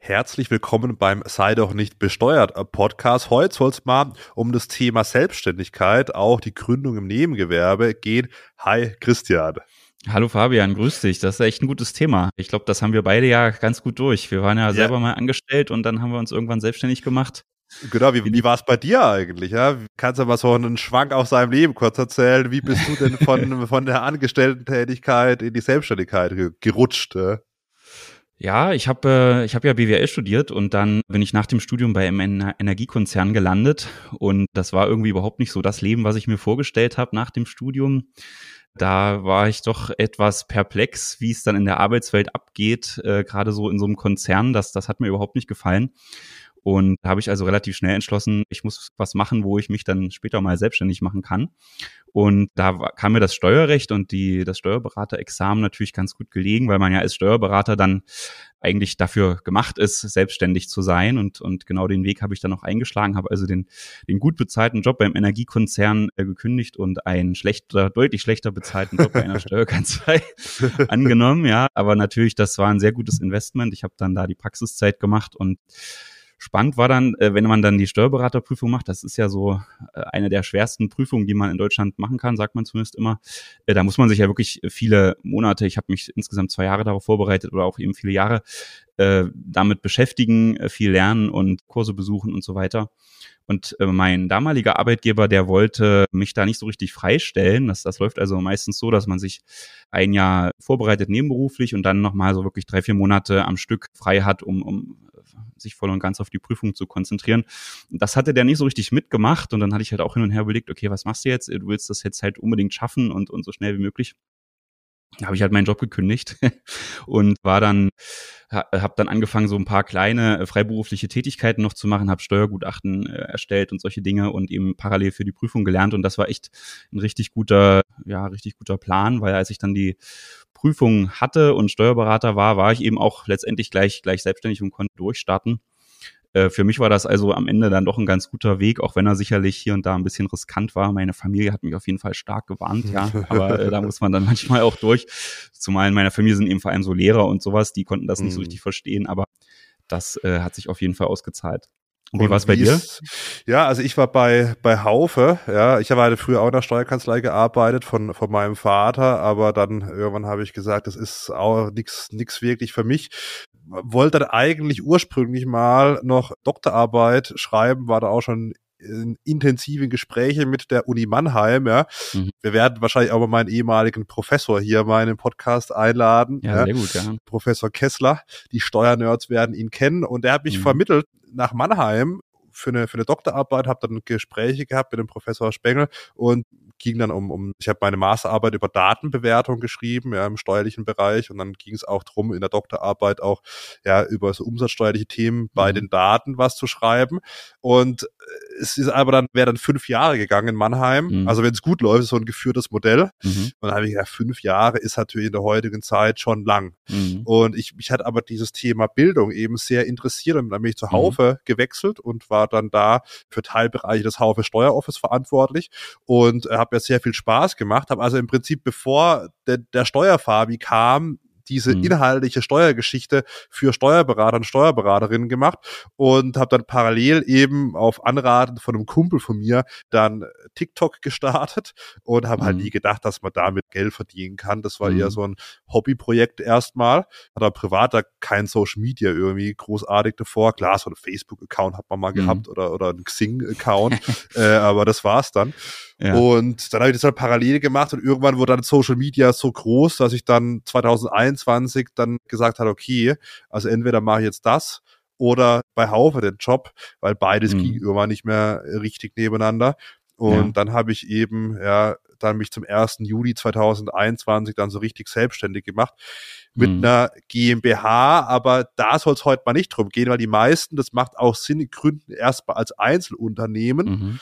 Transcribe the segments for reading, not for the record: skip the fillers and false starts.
Herzlich willkommen beim Sei doch nicht besteuert Podcast. Heute soll es mal um das Thema Selbstständigkeit, auch die Gründung im Nebengewerbe gehen. Hi Christian. Hallo Fabian, grüß dich. Das ist echt ein gutes Thema. Ich glaube, das haben wir beide ja ganz gut durch. Wir waren ja selber mal angestellt und dann haben wir uns irgendwann selbstständig gemacht. Genau, wie war es bei dir eigentlich? Ja? Kannst du mal so einen Schwank aus deinem Leben kurz erzählen? Wie bist du denn von der Angestellten-Tätigkeit in die Selbstständigkeit gerutscht? Ja, ich hab ja BWL studiert und dann bin ich nach dem Studium bei einem Energiekonzern gelandet und das war irgendwie überhaupt nicht so das Leben, was ich mir vorgestellt habe nach dem Studium. Da war ich doch etwas perplex, wie es dann in der Arbeitswelt abgeht, gerade so in so einem Konzern. Das hat mir überhaupt nicht gefallen. Und da habe ich also relativ schnell entschlossen, ich muss was machen, wo ich mich dann später mal selbstständig machen kann. Und da kam mir das Steuerrecht und das Steuerberaterexamen natürlich ganz gut gelegen, weil man ja als Steuerberater dann eigentlich dafür gemacht ist, selbstständig zu sein. Und genau den Weg habe ich dann auch eingeschlagen, habe also den gut bezahlten Job beim Energiekonzern gekündigt und einen deutlich schlechter bezahlten Job bei einer Steuerkanzlei angenommen. Ja, aber natürlich, das war ein sehr gutes Investment. Ich habe dann da die Praxiszeit gemacht und spannend war dann, wenn man dann die Steuerberaterprüfung macht, das ist ja so eine der schwersten Prüfungen, die man in Deutschland machen kann, sagt man zumindest immer. Da muss man sich ja wirklich viele Monate, ich habe mich insgesamt 2 Jahre darauf vorbereitet oder auch eben viele Jahre damit beschäftigen, viel lernen und Kurse besuchen und so weiter. Und mein damaliger Arbeitgeber, der wollte mich da nicht so richtig freistellen. Das läuft also meistens so, dass man sich ein Jahr vorbereitet nebenberuflich und dann nochmal so wirklich 3-4 Monate am Stück frei hat, um sich voll und ganz auf die Prüfung zu konzentrieren. Das hatte der nicht so richtig mitgemacht und dann hatte ich halt auch hin und her überlegt, okay, was machst du jetzt? Du willst das jetzt halt unbedingt schaffen und so schnell wie möglich. Da habe ich halt meinen Job gekündigt und habe dann angefangen, so ein paar kleine freiberufliche Tätigkeiten noch zu machen, habe Steuergutachten erstellt und solche Dinge und eben parallel für die Prüfung gelernt und das war echt ein richtig guter Plan, weil als ich dann die Prüfung hatte und Steuerberater war ich eben auch letztendlich gleich selbstständig und konnte durchstarten. Für mich war das also am Ende dann doch ein ganz guter Weg, auch wenn er sicherlich hier und da ein bisschen riskant war. Meine Familie hat mich auf jeden Fall stark gewarnt, ja, aber da muss man dann manchmal auch durch. Zumal in meiner Familie sind eben vor allem so Lehrer und sowas, die konnten das nicht so richtig verstehen, aber das hat sich auf jeden Fall ausgezahlt. Und wie war es bei dir? Ja, also ich war bei Haufe, ja, ich habe halt früher auch in der Steuerkanzlei gearbeitet von meinem Vater, aber dann irgendwann habe ich gesagt, das ist auch nix wirklich für mich. Wollte dann eigentlich ursprünglich mal noch Doktorarbeit schreiben, war da auch schon in intensiven Gesprächen mit der Uni Mannheim, ja. Wir werden wahrscheinlich auch mal meinen ehemaligen Professor hier mal in den Podcast einladen. Ja, sehr gut, ja. Professor Kessler. Die Steuernerds werden ihn kennen und der hat mich vermittelt nach Mannheim für eine Doktorarbeit, habe dann Gespräche gehabt mit dem Professor Spengel und ging dann ich habe meine Masterarbeit über Datenbewertung geschrieben, ja, im steuerlichen Bereich und dann ging es auch drum, in der Doktorarbeit auch ja über so umsatzsteuerliche Themen bei den Daten was zu schreiben und es ist aber wäre dann 5 Jahre gegangen in Mannheim, also wenn es gut läuft, ist so ein geführtes Modell und dann habe ich gedacht, 5 Jahre ist natürlich in der heutigen Zeit schon lang und mich hat aber dieses Thema Bildung eben sehr interessiert und dann bin ich zur Haufe gewechselt und war dann da für Teilbereiche des Haufe Steueroffice verantwortlich und habe mir sehr viel Spaß gemacht, habe also im Prinzip, bevor der Steuerfabi kam, diese inhaltliche Steuergeschichte für Steuerberater und Steuerberaterinnen gemacht und habe dann parallel eben auf Anraten von einem Kumpel von mir dann TikTok gestartet und habe halt nie gedacht, dass man damit Geld verdienen kann. Das war eher so ein Hobbyprojekt erstmal. Hat aber privat da kein Social Media irgendwie großartig davor. Klar, so ein Facebook-Account hat man mal gehabt oder ein Xing-Account, aber das war's dann. Ja. Und dann habe ich das halt parallel gemacht und irgendwann wurde dann Social Media so groß, dass ich dann 2021 dann gesagt habe, okay, also entweder mache ich jetzt das oder bei Haufe den Job, weil beides ging irgendwann nicht mehr richtig nebeneinander. Und dann habe ich eben dann mich zum 1. Juli 2021 dann so richtig selbstständig gemacht mit einer GmbH, aber da soll es heute mal nicht drum gehen, weil die meisten, das macht auch Sinn, gründen erstmal als Einzelunternehmen.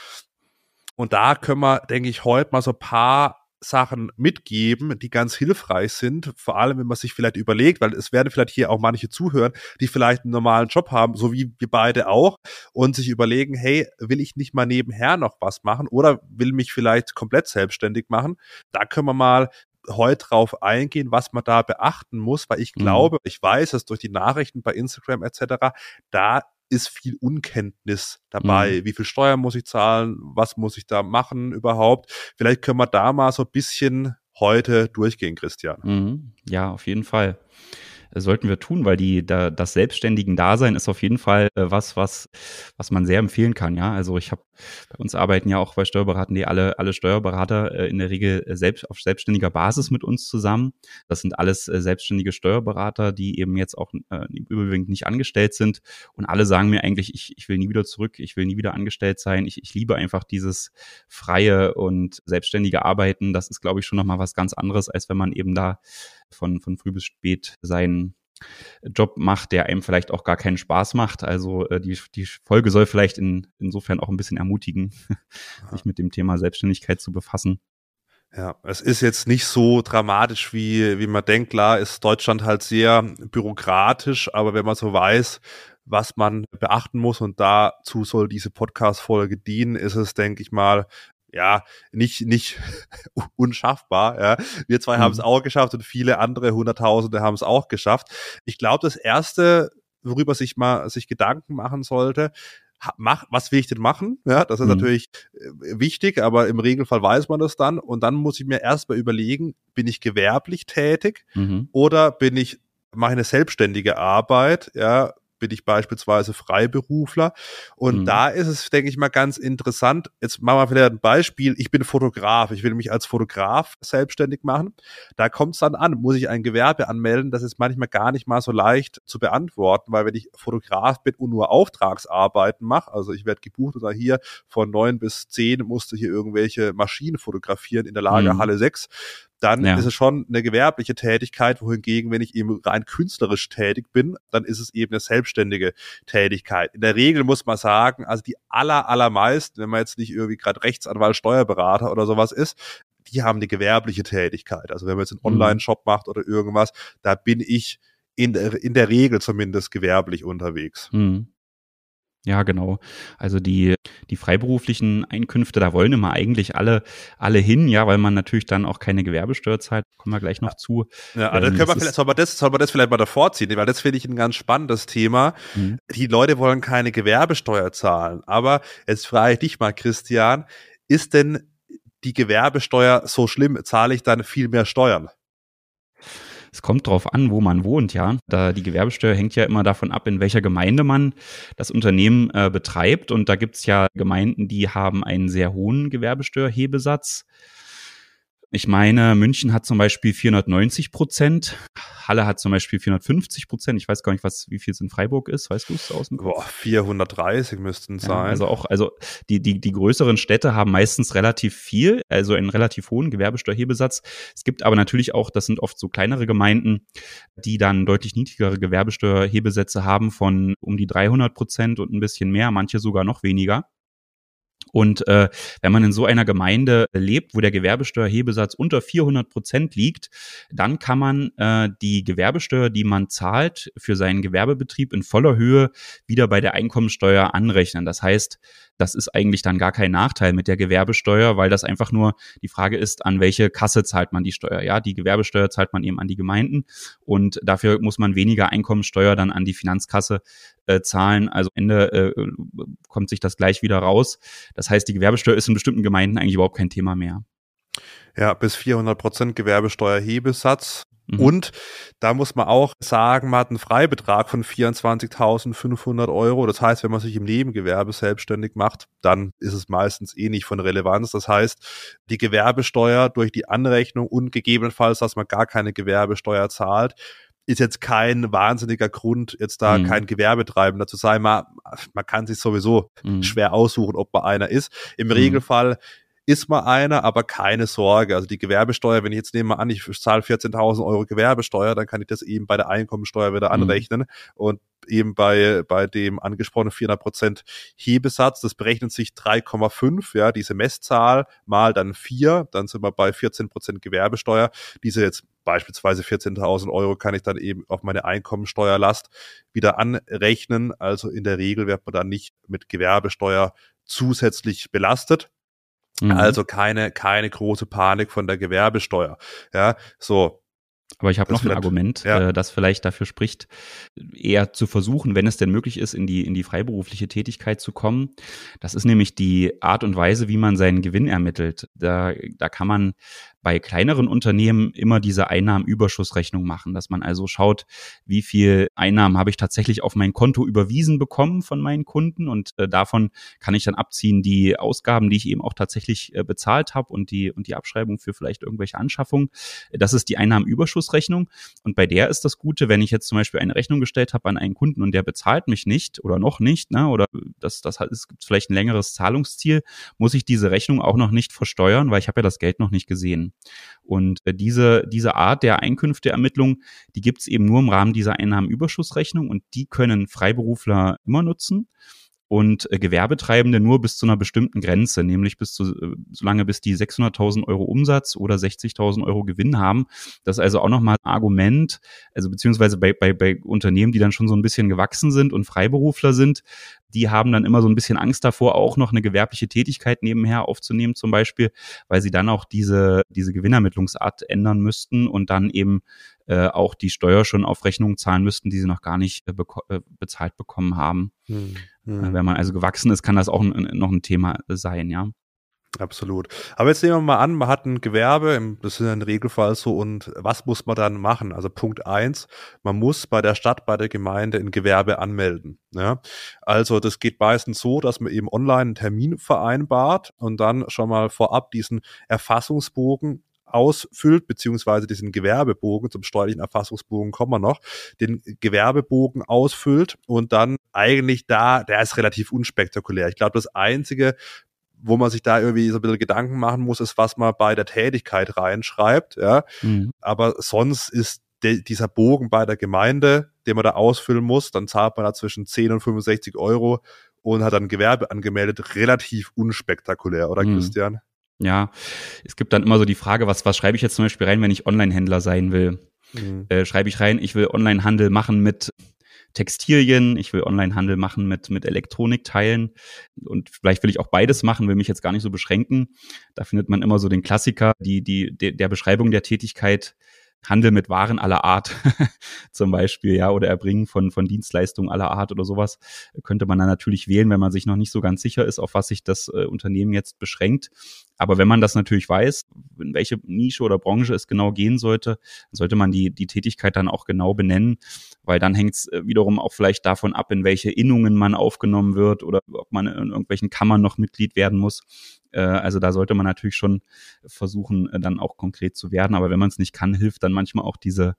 Und da können wir, denke ich, heute mal so ein paar Sachen mitgeben, die ganz hilfreich sind, vor allem, wenn man sich vielleicht überlegt, weil es werden vielleicht hier auch manche zuhören, die vielleicht einen normalen Job haben, so wie wir beide auch, und sich überlegen, hey, will ich nicht mal nebenher noch was machen oder will mich vielleicht komplett selbstständig machen? Da können wir mal heute drauf eingehen, was man da beachten muss, weil ich glaube, ich weiß es durch die Nachrichten bei Instagram etc., da ist viel Unkenntnis dabei. Wie viel Steuern muss ich zahlen? Was muss ich da machen überhaupt? Vielleicht können wir da mal so ein bisschen heute durchgehen, Christian. Ja, auf jeden Fall. Sollten wir tun, weil das selbstständigen Dasein ist auf jeden Fall was man sehr empfehlen kann. Ja, also bei uns arbeiten ja auch bei Steuerberatern, die alle Steuerberater in der Regel selbst auf selbstständiger Basis mit uns zusammen. Das sind alles selbstständige Steuerberater, die eben jetzt auch überwiegend nicht angestellt sind. Und alle sagen mir eigentlich, ich will nie wieder zurück, ich will nie wieder angestellt sein. Ich liebe einfach dieses freie und selbstständige Arbeiten. Das ist, glaube ich, schon nochmal was ganz anderes, als wenn man eben da von früh bis spät seinen Job macht, der einem vielleicht auch gar keinen Spaß macht. Also die Folge soll vielleicht insofern auch ein bisschen ermutigen, sich mit dem Thema Selbstständigkeit zu befassen. Ja, es ist jetzt nicht so dramatisch, wie man denkt. Klar ist Deutschland halt sehr bürokratisch, aber wenn man so weiß, was man beachten muss, und dazu soll diese Podcast-Folge dienen, ist es, denke ich mal, ja, nicht unschaffbar. Ja. Wir zwei haben es auch geschafft und viele andere Hunderttausende haben es auch geschafft. Ich glaube, das Erste, worüber sich Gedanken machen sollte, was will ich denn machen? Ja, das ist natürlich wichtig, aber im Regelfall weiß man das dann. Und dann muss ich mir erstmal überlegen, bin ich gewerblich tätig oder mache ich eine selbstständige Arbeit? Ja, bin ich beispielsweise Freiberufler. Und da ist es, denke ich mal, ganz interessant. Jetzt machen wir vielleicht ein Beispiel. Ich bin Fotograf. Ich will mich als Fotograf selbstständig machen. Da kommt es dann an, muss ich ein Gewerbe anmelden? Das ist manchmal gar nicht mal so leicht zu beantworten, weil wenn ich Fotograf bin und nur Auftragsarbeiten mache, also ich werde gebucht oder hier von 9 bis 10 musste hier irgendwelche Maschinen fotografieren in der Lagerhalle 6, dann ist es schon eine gewerbliche Tätigkeit, wohingegen, wenn ich eben rein künstlerisch tätig bin, dann ist es eben eine selbstständige Tätigkeit. In der Regel muss man sagen, also die allermeisten, wenn man jetzt nicht irgendwie gerade Rechtsanwalt, Steuerberater oder sowas ist, die haben eine gewerbliche Tätigkeit. Also wenn man jetzt einen Online-Shop macht oder irgendwas, da bin ich in der Regel zumindest gewerblich unterwegs. Ja, genau. Also die freiberuflichen Einkünfte, da wollen immer eigentlich alle hin, ja, weil man natürlich dann auch keine Gewerbesteuer zahlt. Kommen wir gleich noch zu. Ja, aber dann soll man das vielleicht mal davor ziehen, weil das finde ich ein ganz spannendes Thema. Die Leute wollen keine Gewerbesteuer zahlen. Aber jetzt frage ich dich mal, Christian, ist denn die Gewerbesteuer so schlimm? Zahle ich dann viel mehr Steuern? Es kommt drauf an, wo man wohnt, ja. Da die Gewerbesteuer hängt ja immer davon ab, in welcher Gemeinde man das Unternehmen betreibt. Und da gibt's ja Gemeinden, die haben einen sehr hohen Gewerbesteuerhebesatz. Ich meine, München hat zum Beispiel 490%, Halle hat zum Beispiel 450%. Ich weiß gar nicht, wie viel es in Freiburg ist. Weißt du es aus dem Kopf? 430 müssten es sein. Also die größeren Städte haben meistens relativ viel, also einen relativ hohen Gewerbesteuerhebesatz. Es gibt aber natürlich auch, das sind oft so kleinere Gemeinden, die dann deutlich niedrigere Gewerbesteuerhebesätze haben von um die 300% und ein bisschen mehr, manche sogar noch weniger. Und wenn man in so einer Gemeinde lebt, wo der Gewerbesteuerhebesatz unter 400% liegt, dann kann man die Gewerbesteuer, die man zahlt für seinen Gewerbebetrieb in voller Höhe wieder bei der Einkommensteuer anrechnen. Das heißt, das ist eigentlich dann gar kein Nachteil mit der Gewerbesteuer, weil das einfach nur die Frage ist, an welche Kasse zahlt man die Steuer. Ja, die Gewerbesteuer zahlt man eben an die Gemeinden und dafür muss man weniger Einkommensteuer dann an die Finanzkasse zahlen. Also am Ende kommt sich das gleich wieder raus. Das heißt, die Gewerbesteuer ist in bestimmten Gemeinden eigentlich überhaupt kein Thema mehr. Ja, bis 400% Gewerbesteuerhebesatz. Und da muss man auch sagen, man hat einen Freibetrag von 24.500 Euro. Das heißt, wenn man sich im Nebengewerbe selbstständig macht, dann ist es meistens eh nicht von Relevanz. Das heißt, die Gewerbesteuer durch die Anrechnung und gegebenenfalls, dass man gar keine Gewerbesteuer zahlt, ist jetzt kein wahnsinniger Grund, jetzt da kein Gewerbetreibender zu sein. Man kann sich sowieso schwer aussuchen, ob man einer ist. Im Regelfall ist man einer, aber keine Sorge. Also die Gewerbesteuer, wenn ich jetzt nehme mal an, ich zahle 14.000 Euro Gewerbesteuer, dann kann ich das eben bei der Einkommensteuer wieder anrechnen und eben bei dem angesprochenen 400% Hebesatz, das berechnet sich 3,5, ja, diese Messzahl mal dann 4, dann sind wir bei 14% Gewerbesteuer. Diese jetzt beispielsweise 14.000 Euro kann ich dann eben auf meine Einkommensteuerlast wieder anrechnen. Also in der Regel wird man dann nicht mit Gewerbesteuer zusätzlich belastet. Also keine große Panik von der Gewerbesteuer. Ja, so. Aber ich habe noch ein Argument, das vielleicht dafür spricht, eher zu versuchen, wenn es denn möglich ist, in die freiberufliche Tätigkeit zu kommen. Das ist nämlich die Art und Weise, wie man seinen Gewinn ermittelt. Da kann man bei kleineren Unternehmen immer diese Einnahmenüberschussrechnung machen, dass man also schaut, wie viel Einnahmen habe ich tatsächlich auf mein Konto überwiesen bekommen von meinen Kunden, und davon kann ich dann abziehen die Ausgaben, die ich eben auch tatsächlich bezahlt habe, und die Abschreibung für vielleicht irgendwelche Anschaffungen. Das ist die Einnahmenüberschussrechnung, und bei der ist das Gute, wenn ich jetzt zum Beispiel eine Rechnung gestellt habe an einen Kunden und der bezahlt mich nicht oder noch nicht, ne, oder es gibt vielleicht ein längeres Zahlungsziel, muss ich diese Rechnung auch noch nicht versteuern, weil ich habe ja das Geld noch nicht gesehen. Und diese Art der Einkünfteermittlung, die gibt es eben nur im Rahmen dieser Einnahmenüberschussrechnung, und die können Freiberufler immer nutzen und Gewerbetreibende nur bis zu einer bestimmten Grenze, nämlich solange bis die 600.000 Euro Umsatz oder 60.000 Euro Gewinn haben. Das ist also auch nochmal ein Argument, also beziehungsweise bei Unternehmen, die dann schon so ein bisschen gewachsen sind und Freiberufler sind, die haben dann immer so ein bisschen Angst davor, auch noch eine gewerbliche Tätigkeit nebenher aufzunehmen zum Beispiel, weil sie dann auch diese Gewinnermittlungsart ändern müssten und dann eben auch die Steuer schon auf Rechnungen zahlen müssten, die sie noch gar nicht bezahlt bekommen haben. Wenn man also gewachsen ist, kann das auch noch ein Thema sein, ja. Absolut. Aber jetzt nehmen wir mal an, man hat ein Gewerbe, das ist ja im Regelfall so, und was muss man dann machen? Also Punkt 1, man muss bei der Stadt, bei der Gemeinde ein Gewerbe anmelden. Ja? Also das geht meistens so, dass man eben online einen Termin vereinbart und dann schon mal vorab diesen Erfassungsbogen ausfüllt, beziehungsweise diesen Gewerbebogen, zum steuerlichen Erfassungsbogen kommen wir noch, den Gewerbebogen ausfüllt und dann eigentlich der ist relativ unspektakulär. Ich glaube, das Einzige, wo man sich da irgendwie so ein bisschen Gedanken machen muss, ist, was man bei der Tätigkeit reinschreibt, ja. Aber sonst ist dieser Bogen bei der Gemeinde, den man da ausfüllen muss, dann zahlt man da zwischen 10 und 65 Euro und hat dann Gewerbe angemeldet, relativ unspektakulär, oder Christian? Ja, es gibt dann immer so die Frage, was schreibe ich jetzt zum Beispiel rein, wenn ich Online-Händler sein will? Schreibe ich rein, ich will Online-Handel machen mit Textilien, ich will Online-Handel machen mit Elektronikteilen, und vielleicht will ich auch beides machen, will mich jetzt gar nicht so beschränken. Da findet man immer so den Klassiker, der Beschreibung der Tätigkeit: Handel mit Waren aller Art zum Beispiel, ja, oder Erbringen von Dienstleistungen aller Art oder sowas, könnte man dann natürlich wählen, wenn man sich noch nicht so ganz sicher ist, auf was sich das Unternehmen jetzt beschränkt. Aber wenn man das natürlich weiß, in welche Nische oder Branche es genau gehen sollte, sollte man die Tätigkeit dann auch genau benennen, weil dann hängt es wiederum auch vielleicht davon ab, in welche Innungen man aufgenommen wird oder ob man in irgendwelchen Kammern noch Mitglied werden muss. Also da sollte man natürlich schon versuchen, dann auch konkret zu werden. Aber wenn man es nicht kann, hilft dann manchmal auch dieser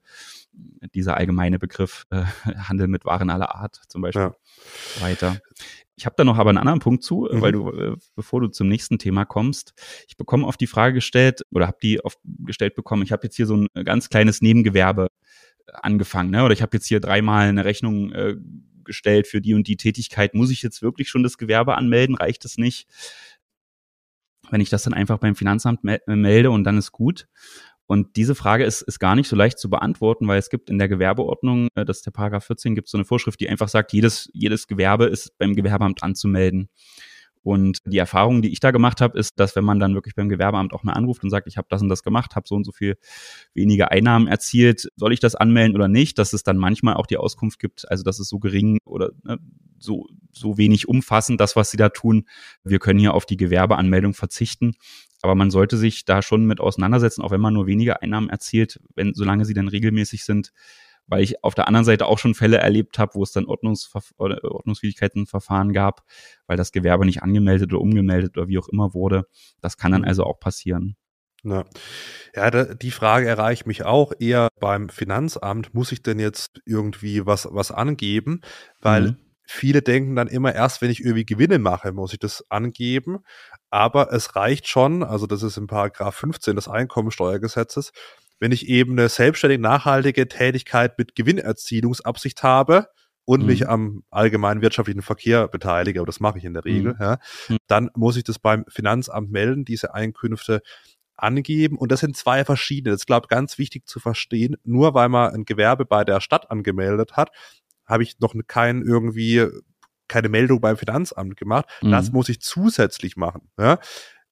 allgemeine Begriff Handel mit Waren aller Art zum Beispiel weiter. Ich habe da noch aber einen anderen Punkt zu, weil du, bevor du zum nächsten Thema kommst, ich bekomme oft die Frage gestellt oder habe die oft gestellt bekommen, ich habe jetzt hier so ein ganz kleines Nebengewerbe angefangen, ne? Oder ich habe jetzt hier 3-mal eine Rechnung gestellt für die und die Tätigkeit. Muss ich jetzt wirklich schon das Gewerbe anmelden? Reicht es nicht, wenn ich das dann einfach beim Finanzamt melde und dann ist gut? Und diese Frage ist gar nicht so leicht zu beantworten, weil es gibt in der Gewerbeordnung, das ist der Paragraph 14, gibt es so eine Vorschrift, die einfach sagt, jedes Gewerbe ist beim Gewerbeamt anzumelden. Und die Erfahrung, die ich da gemacht habe, ist, dass wenn man dann wirklich beim Gewerbeamt auch mal anruft und sagt, ich habe das und das gemacht, habe so und so viel weniger Einnahmen erzielt, soll ich das anmelden oder nicht, dass es dann manchmal auch die Auskunft gibt, also das ist so gering oder so wenig umfassend, das, was sie da tun, wir können hier auf die Gewerbeanmeldung verzichten. Aber man sollte sich da schon mit auseinandersetzen, auch wenn man nur weniger Einnahmen erzielt, solange sie dann regelmäßig sind. Weil ich auf der anderen Seite auch schon Fälle erlebt habe, wo es dann Ordnungswidrigkeitenverfahren gab, weil das Gewerbe nicht angemeldet oder umgemeldet oder wie auch immer wurde. Das kann dann also auch passieren. Ja, die Frage erreicht mich auch eher beim Finanzamt. Muss ich denn jetzt irgendwie was angeben? Weil viele denken dann immer, erst wenn ich irgendwie Gewinne mache, muss ich das angeben. Aber es reicht schon, also das ist im Paragraph 15 des Einkommensteuergesetzes, wenn ich eben eine selbstständige, nachhaltige Tätigkeit mit Gewinnerzielungsabsicht habe und mich am allgemeinen wirtschaftlichen Verkehr beteilige, aber das mache ich in der Regel, dann muss ich das beim Finanzamt melden, diese Einkünfte angeben. Und das sind 2 verschiedene. Das ist, glaube ich, ganz wichtig zu verstehen. Nur weil man ein Gewerbe bei der Stadt angemeldet hat, habe ich noch keine Meldung beim Finanzamt gemacht. Das muss ich zusätzlich machen. Ja?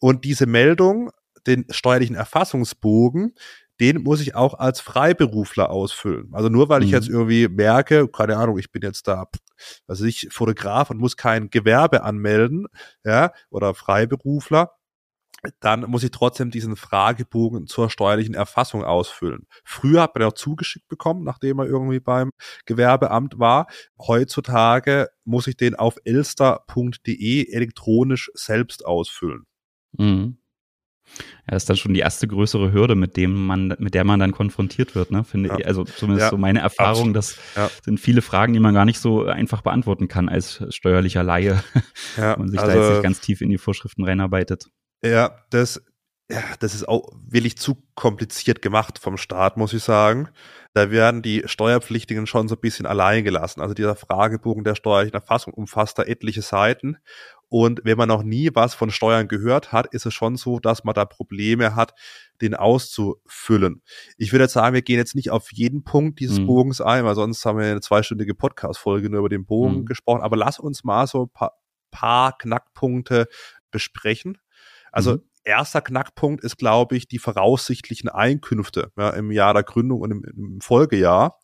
Und diese Meldung, den steuerlichen Erfassungsbogen, den muss ich auch als Freiberufler ausfüllen. Also nur weil ich jetzt irgendwie merke, keine Ahnung, ich bin jetzt da, also ich Fotograf und muss kein Gewerbe anmelden, ja, oder Freiberufler, dann muss ich trotzdem diesen Fragebogen zur steuerlichen Erfassung ausfüllen. Früher hat man ja auch zugeschickt bekommen, nachdem er irgendwie beim Gewerbeamt war. Heutzutage muss ich den auf elster.de elektronisch selbst ausfüllen. Mhm. Ja, ist dann schon die erste größere Hürde, mit der man dann konfrontiert wird, ne? Finde ich, also zumindest so meine Erfahrung, das sind viele Fragen, die man gar nicht so einfach beantworten kann als steuerlicher Laie, wenn man sich da jetzt nicht ganz tief in die Vorschriften reinarbeitet. Ja, das ist auch wirklich zu kompliziert gemacht vom Staat, muss ich sagen. Da werden die Steuerpflichtigen schon so ein bisschen allein gelassen. Also dieser Fragebogen der steuerlichen Erfassung umfasst da etliche Seiten. Und wenn man noch nie was von Steuern gehört hat, ist es schon so, dass man da Probleme hat, den auszufüllen. Ich würde jetzt sagen, wir gehen jetzt nicht auf jeden Punkt dieses Bogens ein, weil sonst haben wir eine 2-stündige Podcast-Folge nur über den Bogen gesprochen. Aber lass uns mal so ein paar Knackpunkte besprechen. Also erster Knackpunkt ist, glaube ich, die voraussichtlichen Einkünfte im Jahr der Gründung und im Folgejahr.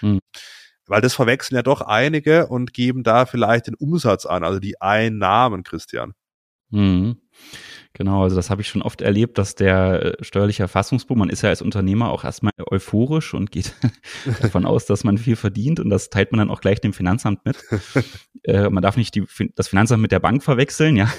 Weil das verwechseln ja doch einige und geben da vielleicht den Umsatz an, also die Einnahmen, Christian. Genau, also das habe ich schon oft erlebt, dass der steuerliche Erfassungsbogen, man ist ja als Unternehmer auch erstmal euphorisch und geht davon aus, dass man viel verdient und das teilt man dann auch gleich dem Finanzamt mit. Man darf nicht das Finanzamt mit der Bank verwechseln, ja.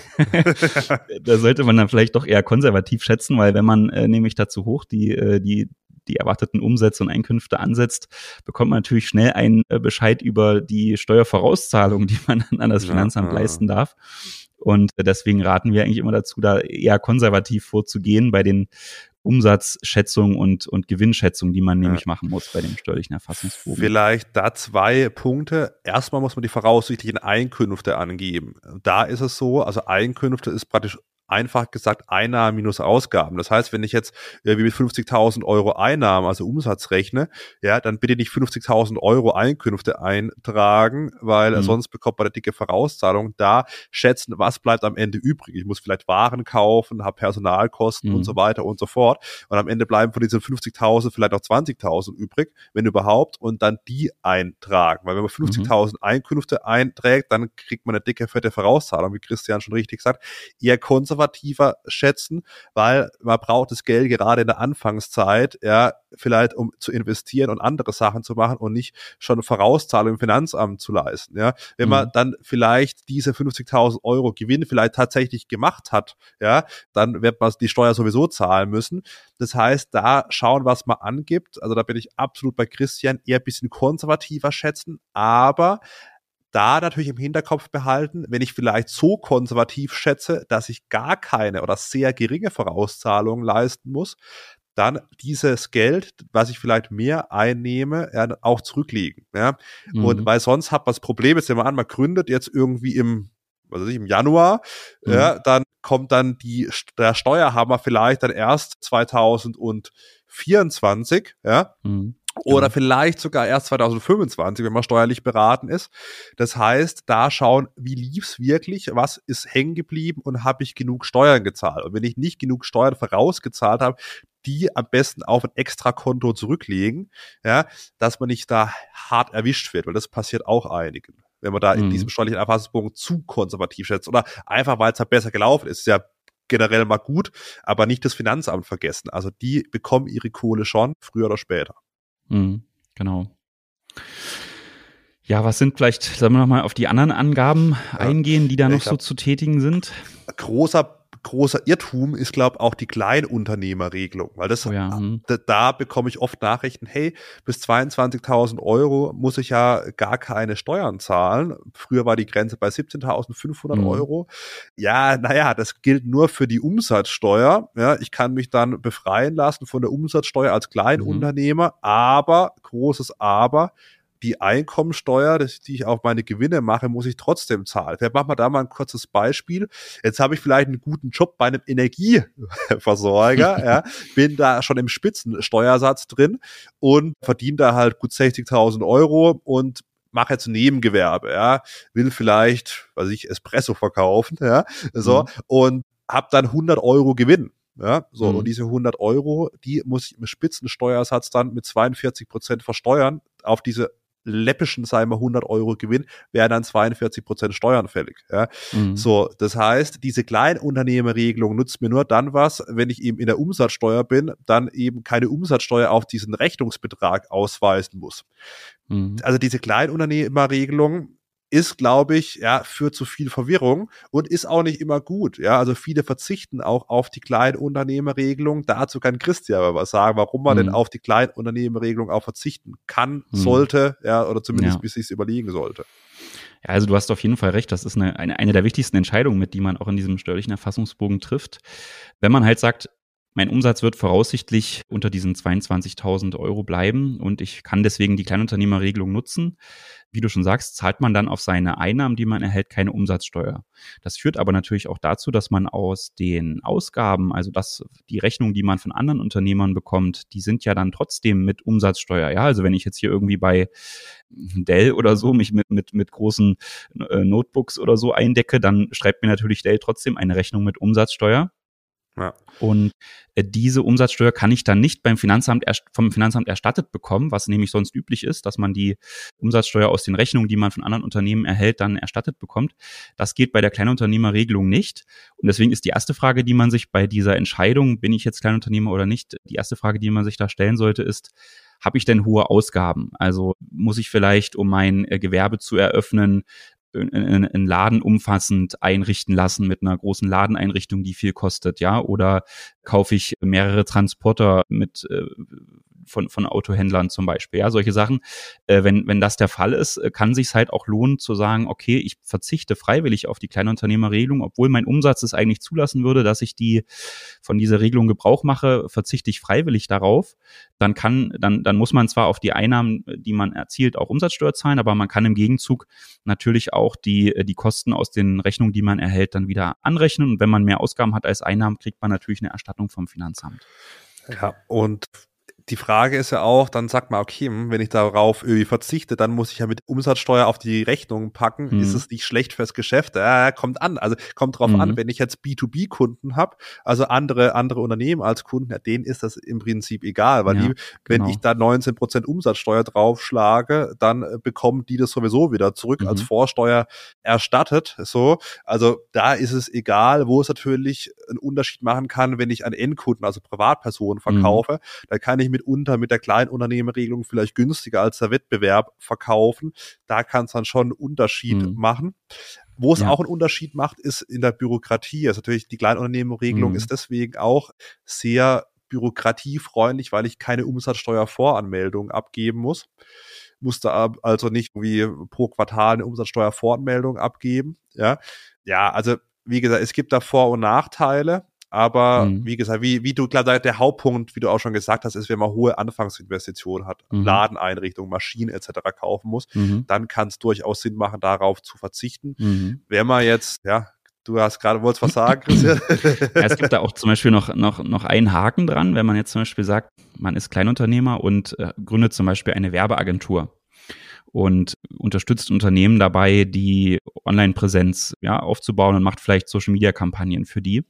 Da sollte man dann vielleicht doch eher konservativ schätzen, weil wenn man nämlich dazu hoch die erwarteten Umsätze und Einkünfte ansetzt, bekommt man natürlich schnell einen Bescheid über die Steuervorauszahlung, die man dann an das Finanzamt leisten darf. Und deswegen raten wir eigentlich immer dazu, da eher konservativ vorzugehen bei den Umsatzschätzungen und Gewinnschätzungen, die man nämlich machen muss bei dem steuerlichen Erfassungsbogen. Vielleicht da 2 Punkte. Erstmal muss man die voraussichtlichen Einkünfte angeben. Da ist es so, also Einkünfte ist praktisch einfach gesagt Einnahmen minus Ausgaben. Das heißt, wenn ich jetzt mit 50.000 Euro Einnahmen, also Umsatz rechne, ja, dann bitte nicht 50.000 Euro Einkünfte eintragen, weil sonst bekommt man eine dicke Vorauszahlung. Da schätzen, was bleibt am Ende übrig. Ich muss vielleicht Waren kaufen, habe Personalkosten und so weiter und so fort. Und am Ende bleiben von diesen 50.000 vielleicht auch 20.000 übrig, wenn überhaupt, und dann die eintragen. Weil wenn man 50.000 Einkünfte einträgt, dann kriegt man eine dicke, fette Vorauszahlung, wie Christian schon richtig sagt. Eher konservativer schätzen, weil man braucht das Geld gerade in der Anfangszeit, ja, vielleicht um zu investieren und andere Sachen zu machen und nicht schon Vorauszahlung im Finanzamt zu leisten, ja. Wenn man dann vielleicht diese 50.000 Euro Gewinn vielleicht tatsächlich gemacht hat, ja, dann wird man die Steuer sowieso zahlen müssen. Das heißt, da schauen, was man angibt. Also da bin ich absolut bei Christian, eher ein bisschen konservativer schätzen, aber da natürlich im Hinterkopf behalten, wenn ich vielleicht so konservativ schätze, dass ich gar keine oder sehr geringe Vorauszahlungen leisten muss, dann dieses Geld, was ich vielleicht mehr einnehme, auch zurücklegen. Ja? Und weil sonst hat man das Problem, jetzt nehmen wir an, man gründet jetzt irgendwie im Januar, ja, dann kommt dann der Steuerhammer vielleicht dann erst 2024, ja. Oder vielleicht sogar erst 2025, wenn man steuerlich beraten ist. Das heißt, da schauen, wie lief's wirklich, was ist hängen geblieben und habe ich genug Steuern gezahlt. Und wenn ich nicht genug Steuern vorausgezahlt habe, die am besten auf ein Extrakonto zurücklegen, ja, dass man nicht da hart erwischt wird, weil das passiert auch einigen, wenn man da in diesem steuerlichen Erfassungsbogen zu konservativ schätzt oder einfach, weil es halt besser gelaufen ist. Ist ja generell mal gut, aber nicht das Finanzamt vergessen. Also die bekommen ihre Kohle schon, früher oder später. Genau. Ja, was sind vielleicht, sollen wir nochmal auf die anderen Angaben eingehen, die da noch so zu tätigen sind? Großer Irrtum ist, glaube ich, auch die Kleinunternehmerregelung, weil das da bekomme ich oft Nachrichten, hey, bis 22.000 Euro muss ich ja gar keine Steuern zahlen. Früher war die Grenze bei 17.500 Euro. Ja, naja, das gilt nur für die Umsatzsteuer. Ja, ich kann mich dann befreien lassen von der Umsatzsteuer als Kleinunternehmer, aber, großes Aber, die Einkommensteuer, die ich auf meine Gewinne mache, muss ich trotzdem zahlen. Vielleicht machen wir da mal ein kurzes Beispiel. Jetzt habe ich vielleicht einen guten Job bei einem Energieversorger, ja, bin da schon im Spitzensteuersatz drin und verdiene da halt gut 60.000 Euro und mache jetzt ein Nebengewerbe, ja, will vielleicht, Espresso verkaufen, ja, so, und habe dann 100 Euro Gewinn. Ja, so, und diese 100 Euro, die muss ich im Spitzensteuersatz dann mit 42% versteuern. Auf diese läppischen, sagen wir, 100 Euro Gewinn, wären dann 42% Steuern fällig. Ja. So, das heißt, diese Kleinunternehmerregelung nutzt mir nur dann was, wenn ich eben in der Umsatzsteuer bin, dann eben keine Umsatzsteuer auf diesen Rechnungsbetrag ausweisen muss. Also diese Kleinunternehmerregelung ist, glaube ich, ja, führt zu viel Verwirrung und ist auch nicht immer gut. Ja, also viele verzichten auch auf die Kleinunternehmerregelung. Dazu kann Christian aber was sagen, warum man denn auf die Kleinunternehmerregelung auch verzichten kann, sollte, ja, oder zumindest bis sich überlegen sollte. Ja, also du hast auf jeden Fall recht. Das ist eine der wichtigsten Entscheidungen, mit die man auch in diesem steuerlichen Erfassungsbogen trifft. Wenn man halt sagt, mein Umsatz wird voraussichtlich unter diesen 22.000 Euro bleiben und ich kann deswegen die Kleinunternehmerregelung nutzen. Wie du schon sagst, zahlt man dann auf seine Einnahmen, die man erhält, keine Umsatzsteuer. Das führt aber natürlich auch dazu, dass man aus den Ausgaben, also die Rechnungen, die man von anderen Unternehmern bekommt, die sind ja dann trotzdem mit Umsatzsteuer. Ja, also wenn ich jetzt hier irgendwie bei Dell oder so mich mit großen Notebooks oder so eindecke, dann schreibt mir natürlich Dell trotzdem eine Rechnung mit Umsatzsteuer. Ja. Und diese Umsatzsteuer kann ich dann nicht vom Finanzamt erstattet bekommen, was nämlich sonst üblich ist, dass man die Umsatzsteuer aus den Rechnungen, die man von anderen Unternehmen erhält, dann erstattet bekommt. Das geht bei der Kleinunternehmerregelung nicht. Und deswegen ist die erste Frage, die man sich bei dieser Entscheidung, bin ich jetzt Kleinunternehmer oder nicht, die erste Frage, die man sich da stellen sollte, ist, habe ich denn hohe Ausgaben? Also muss ich vielleicht, um mein Gewerbe zu eröffnen, einen Laden umfassend einrichten lassen mit einer großen Ladeneinrichtung, die viel kostet, ja, oder kaufe ich mehrere Transporter von Autohändlern zum Beispiel, ja, solche Sachen. Wenn das der Fall ist, kann sich's halt auch lohnen zu sagen, okay, ich verzichte freiwillig auf die Kleinunternehmerregelung, obwohl mein Umsatz es eigentlich zulassen würde, dass ich von dieser Regelung Gebrauch mache, verzichte ich freiwillig darauf. Dann muss man zwar auf die Einnahmen, die man erzielt, auch Umsatzsteuer zahlen, aber man kann im Gegenzug natürlich auch die Kosten aus den Rechnungen, die man erhält, dann wieder anrechnen. Und wenn man mehr Ausgaben hat als Einnahmen, kriegt man natürlich eine Erstattung vom Finanzamt. Ja, und die Frage ist ja auch, dann sagt man, okay, wenn ich darauf irgendwie verzichte, dann muss ich ja mit Umsatzsteuer auf die Rechnung packen. Ist es nicht schlecht fürs Geschäft? Kommt an. Also kommt drauf an, wenn ich jetzt B2B-Kunden habe, also andere Unternehmen als Kunden, ja, denen ist das im Prinzip egal, weil wenn ich da 19% Umsatzsteuer draufschlage, dann bekommen die das sowieso wieder zurück als Vorsteuer erstattet. So, also da ist es egal, wo es natürlich einen Unterschied machen kann, wenn ich an Endkunden, also Privatpersonen verkaufe, da kann ich mitunter mit der Kleinunternehmerregelung vielleicht günstiger als der Wettbewerb verkaufen. Da kann es dann schon einen Unterschied machen. Wo es auch einen Unterschied macht, ist in der Bürokratie. Also natürlich die Kleinunternehmerregelung ist deswegen auch sehr bürokratiefreundlich, weil ich keine Umsatzsteuervoranmeldung abgeben muss. Musste also nicht wie pro Quartal eine Umsatzsteuervoranmeldung abgeben. Ja, also wie gesagt, es gibt da Vor- und Nachteile. Aber wie gesagt, wie du klar sagst, der Hauptpunkt, wie du auch schon gesagt hast, ist, wenn man hohe Anfangsinvestitionen hat, Ladeneinrichtungen, Maschinen etc. kaufen muss, dann kann es durchaus Sinn machen, darauf zu verzichten. Wenn man jetzt, du wolltest was sagen, Christian? Ja, es gibt da auch zum Beispiel noch einen Haken dran, wenn man jetzt zum Beispiel sagt, man ist Kleinunternehmer und gründet zum Beispiel eine Werbeagentur und unterstützt Unternehmen dabei, die Online-Präsenz aufzubauen und macht vielleicht Social-Media-Kampagnen für die.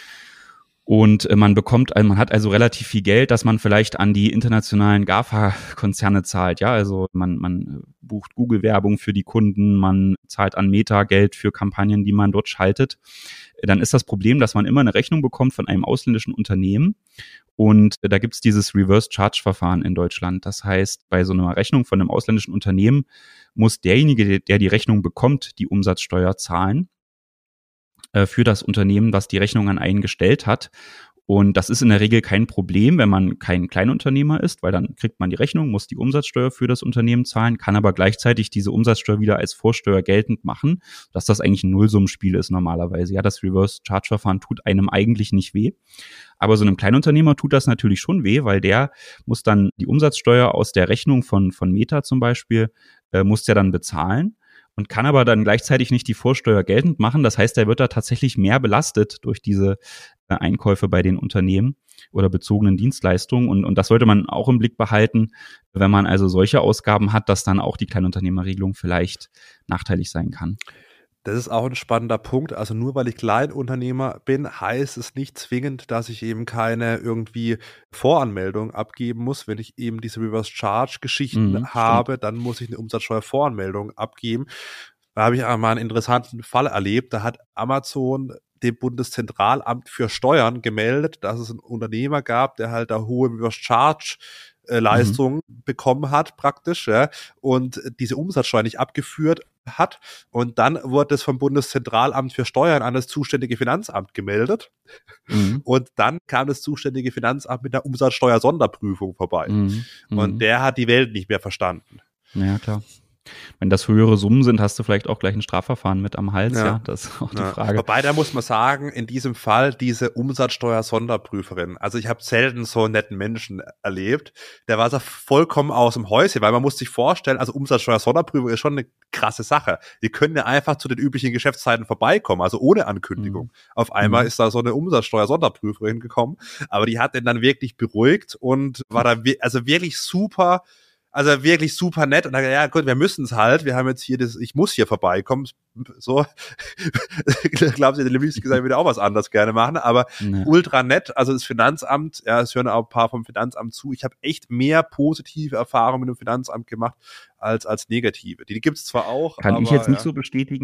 Und man hat also relativ viel Geld, das man vielleicht an die internationalen GAFA-Konzerne zahlt. Ja, also man bucht Google-Werbung für die Kunden, man zahlt an Meta Geld für Kampagnen, die man dort schaltet. Dann ist das Problem, dass man immer eine Rechnung bekommt von einem ausländischen Unternehmen. Und da gibt's dieses Reverse-Charge-Verfahren in Deutschland. Das heißt, bei so einer Rechnung von einem ausländischen Unternehmen muss derjenige, der die Rechnung bekommt, die Umsatzsteuer zahlen für das Unternehmen, was die Rechnung an einen gestellt hat. Und das ist in der Regel kein Problem, wenn man kein Kleinunternehmer ist, weil dann kriegt man die Rechnung, muss die Umsatzsteuer für das Unternehmen zahlen, kann aber gleichzeitig diese Umsatzsteuer wieder als Vorsteuer geltend machen, dass das eigentlich ein Nullsummenspiel ist normalerweise. Ja, das Reverse-Charge-Verfahren tut einem eigentlich nicht weh. Aber so einem Kleinunternehmer tut das natürlich schon weh, weil der muss dann die Umsatzsteuer aus der Rechnung von Meta zum Beispiel, muss der dann bezahlen. Und kann aber dann gleichzeitig nicht die Vorsteuer geltend machen. Das heißt, er wird da tatsächlich mehr belastet durch diese Einkäufe bei den Unternehmen oder bezogenen Dienstleistungen. Und das sollte man auch im Blick behalten, wenn man also solche Ausgaben hat, dass dann auch die Kleinunternehmerregelung vielleicht nachteilig sein kann. Das ist auch ein spannender Punkt. Also nur weil ich Kleinunternehmer bin, heißt es nicht zwingend, dass ich eben keine irgendwie Voranmeldung abgeben muss. Wenn ich eben diese Reverse-Charge-Geschichten habe, dann muss ich eine Umsatzsteuervoranmeldung abgeben. Da habe ich einmal einen interessanten Fall erlebt. Da hat Amazon dem Bundeszentralamt für Steuern gemeldet, dass es einen Unternehmer gab, der halt da hohe Reverse-Charge Leistung bekommen hat praktisch, ja, und diese Umsatzsteuer nicht abgeführt hat. Und dann wurde es vom Bundeszentralamt für Steuern an das zuständige Finanzamt gemeldet. Und dann kam das zuständige Finanzamt mit der Umsatzsteuer-Sonderprüfung vorbei. Und der hat die Welt nicht mehr verstanden. Ja, klar. Wenn das höhere Summen sind, hast du vielleicht auch gleich ein Strafverfahren mit am Hals, ja, das ist auch die Frage. Wobei, da muss man sagen, in diesem Fall diese Umsatzsteuer-Sonderprüferin, also ich habe selten so einen netten Menschen erlebt, der war so vollkommen aus dem Häuschen, weil man muss sich vorstellen, also Umsatzsteuer-Sonderprüfung ist schon eine krasse Sache. Die können ja einfach zu den üblichen Geschäftszeiten vorbeikommen, also ohne Ankündigung. Auf einmal ist da so eine Umsatzsteuer-Sonderprüferin gekommen, aber die hat den dann wirklich beruhigt und war da wirklich super nett und dann, ja gut, wir müssen es halt, wir haben jetzt hier ich muss hier vorbeikommen, so, glauben Sie, der liebsten gesagt, würde auch was anderes gerne machen, aber ultra nett, also das Finanzamt, ja, es hören auch ein paar vom Finanzamt zu, ich habe echt mehr positive Erfahrungen mit dem Finanzamt gemacht, als negative. Die gibt's zwar auch, kann ich jetzt nicht so bestätigen,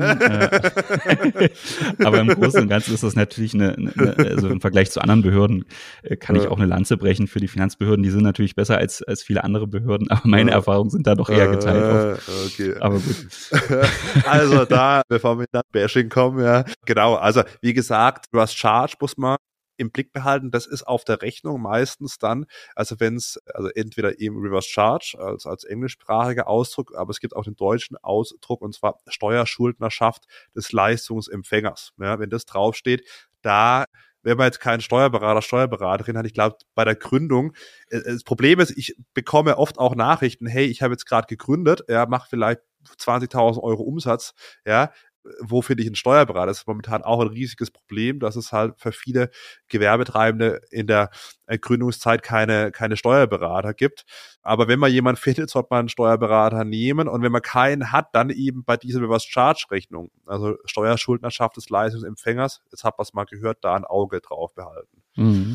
aber im Großen und Ganzen ist das natürlich also im Vergleich zu anderen Behörden kann ich auch eine Lanze brechen für die Finanzbehörden. Die sind natürlich besser als viele andere Behörden, aber meine Erfahrungen sind da doch eher geteilt. Okay. Aber gut. Also da, bevor wir nach Bashing kommen, ja, genau. Also wie gesagt, Reverse Charge muss man im Blick behalten, das ist auf der Rechnung meistens dann, also entweder eben Reverse Charge als englischsprachiger Ausdruck, aber es gibt auch den deutschen Ausdruck, und zwar Steuerschuldnerschaft des Leistungsempfängers. Ja, wenn das draufsteht, wenn man jetzt keinen Steuerberaterin hat, ich glaube, bei der Gründung, das Problem ist, ich bekomme oft auch Nachrichten, hey, ich habe jetzt gerade gegründet, mache vielleicht 20.000 Euro Umsatz, ja, wo finde ich einen Steuerberater? Das ist momentan auch ein riesiges Problem, dass es halt für viele Gewerbetreibende in der Gründungszeit keine Steuerberater gibt. Aber wenn man jemanden findet, sollte man einen Steuerberater nehmen. Und wenn man keinen hat, dann eben bei dieser Reverse-Charge-Rechnung, also Steuerschuldnerschaft des Leistungsempfängers, jetzt hat man es mal gehört, da ein Auge drauf behalten.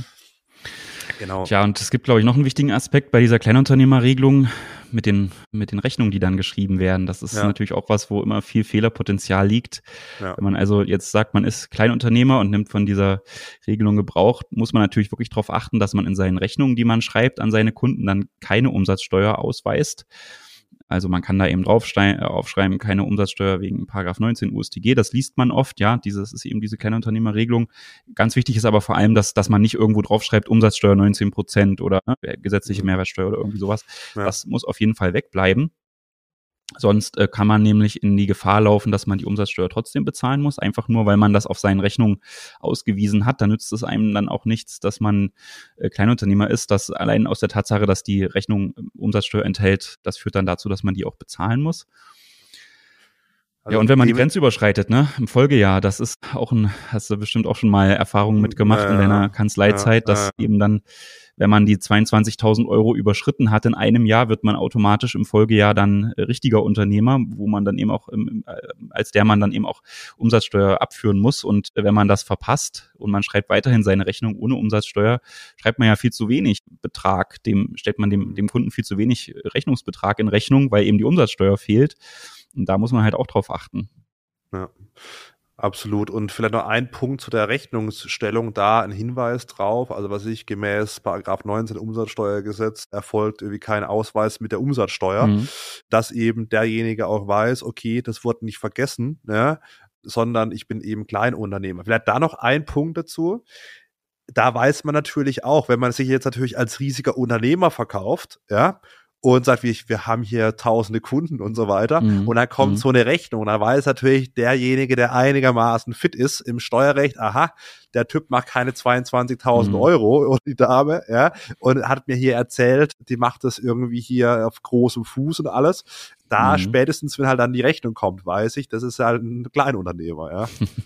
Genau. Tja, und es gibt, glaube ich, noch einen wichtigen Aspekt bei dieser Kleinunternehmerregelung mit den Rechnungen, die dann geschrieben werden. Das ist natürlich auch was, wo immer viel Fehlerpotenzial liegt. Ja. Wenn man also jetzt sagt, man ist Kleinunternehmer und nimmt von dieser Regelung Gebrauch, muss man natürlich wirklich darauf achten, dass man in seinen Rechnungen, die man schreibt an seine Kunden, dann keine Umsatzsteuer ausweist. Also man kann da eben aufschreiben, keine Umsatzsteuer wegen § 19 UStG. Das liest man oft, ja. Das ist eben diese Kleinunternehmerregelung. Ganz wichtig ist aber vor allem, dass man nicht irgendwo draufschreibt, Umsatzsteuer 19% oder gesetzliche Mehrwertsteuer oder irgendwie sowas. Ja. Das muss auf jeden Fall wegbleiben. Sonst kann man nämlich in die Gefahr laufen, dass man die Umsatzsteuer trotzdem bezahlen muss, einfach nur, weil man das auf seinen Rechnungen ausgewiesen hat. Da nützt es einem dann auch nichts, dass man Kleinunternehmer ist. Das allein aus der Tatsache, dass die Rechnung Umsatzsteuer enthält, das führt dann dazu, dass man die auch bezahlen muss. Also ja, und wenn man die Grenze überschreitet, im Folgejahr, das ist auch hast du bestimmt auch schon mal Erfahrungen mitgemacht in deiner Kanzleizeit, dass eben dann, wenn man die 22.000 Euro überschritten hat in einem Jahr, wird man automatisch im Folgejahr dann richtiger Unternehmer, wo man dann eben auch, als der man dann eben auch Umsatzsteuer abführen muss. Und wenn man das verpasst und man schreibt weiterhin seine Rechnung ohne Umsatzsteuer, schreibt man ja viel zu wenig Betrag, stellt man dem Kunden viel zu wenig Rechnungsbetrag in Rechnung, weil eben die Umsatzsteuer fehlt. Und da muss man halt auch drauf achten. Ja. Absolut. Und vielleicht noch ein Punkt zu der Rechnungsstellung, da ein Hinweis drauf, also was gemäß § 19 Umsatzsteuergesetz erfolgt irgendwie kein Ausweis mit der Umsatzsteuer, dass eben derjenige auch weiß, okay, das wurde nicht vergessen, sondern ich bin eben Kleinunternehmer. Vielleicht da noch ein Punkt dazu. Da weiß man natürlich auch, wenn man sich jetzt natürlich als riesiger Unternehmer verkauft, und sagt, wir haben hier tausende Kunden und so weiter. Und dann kommt so eine Rechnung. Und dann weiß natürlich derjenige, der einigermaßen fit ist im Steuerrecht, aha, der Typ macht keine 22.000 Euro und die Dame, und hat mir hier erzählt, die macht das irgendwie hier auf großem Fuß und alles. Da spätestens, wenn halt dann die Rechnung kommt, weiß ich, das ist halt ein Kleinunternehmer,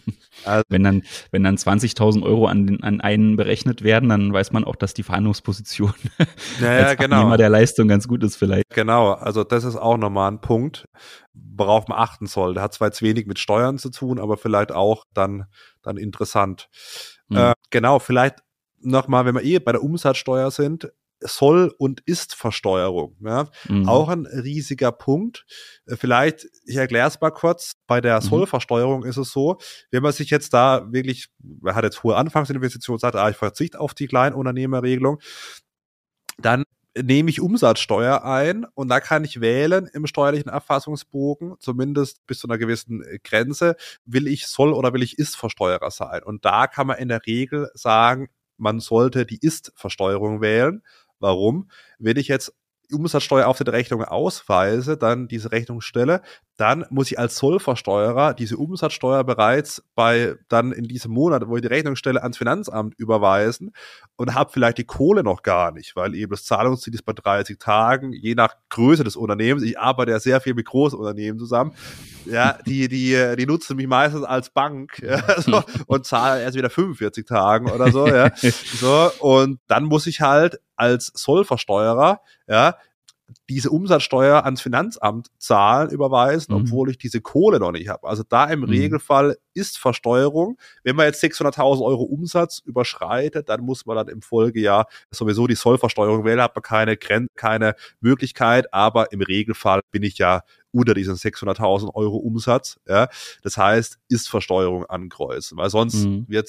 Also, Wenn dann 20.000 Euro an einen berechnet werden, dann weiß man auch, dass die Verhandlungsposition als Abnehmer der Leistung ganz gut ist vielleicht. Genau, also das ist auch nochmal ein Punkt, worauf man achten soll. Der hat zwar jetzt wenig mit Steuern zu tun, aber vielleicht auch dann interessant. Genau, vielleicht nochmal, wenn wir bei der Umsatzsteuer sind, Soll- und Ist-Versteuerung. Ja? Auch ein riesiger Punkt. Vielleicht, ich erkläre es mal kurz, bei der Sollversteuerung ist es so, wenn man sich jetzt da wirklich, man hat jetzt hohe Anfangsinvestitionen, sagt, ich verzichte auf die Kleinunternehmerregelung, dann nehme ich Umsatzsteuer ein und da kann ich wählen im steuerlichen Erfassungsbogen, zumindest bis zu einer gewissen Grenze, will ich Soll- oder will ich Ist-Versteuerer sein. Und da kann man in der Regel sagen, man sollte die Ist-Versteuerung wählen. Warum? Wenn ich jetzt Umsatzsteuer auf der Rechnung ausweise, dann diese Rechnung stelle, dann muss ich als Sollversteuerer diese Umsatzsteuer bereits dann in diesem Monat, wo ich die Rechnung stelle, ans Finanzamt überweisen und habe vielleicht die Kohle noch gar nicht, weil eben das Zahlungsziel ist bei 30 Tagen, je nach Größe des Unternehmens. Ich arbeite ja sehr viel mit großen Unternehmen zusammen. Ja, die nutzen mich meistens als Bank, ja, so, und zahlen erst wieder 45 Tagen oder so, ja. So, und dann muss ich halt als Sollversteuerer, ja, diese Umsatzsteuer ans Finanzamt zahlen, überweisen, obwohl ich diese Kohle noch nicht habe. Also da im Regelfall ist Versteuerung. Wenn man jetzt 600.000 Euro Umsatz überschreitet, dann muss man dann im Folgejahr sowieso die Sollversteuerung wählen, hat man keine Möglichkeit, aber im Regelfall bin ich ja unter diesen 600.000 Euro Umsatz. Ja. Das heißt, ist Versteuerung ankreuzen, weil sonst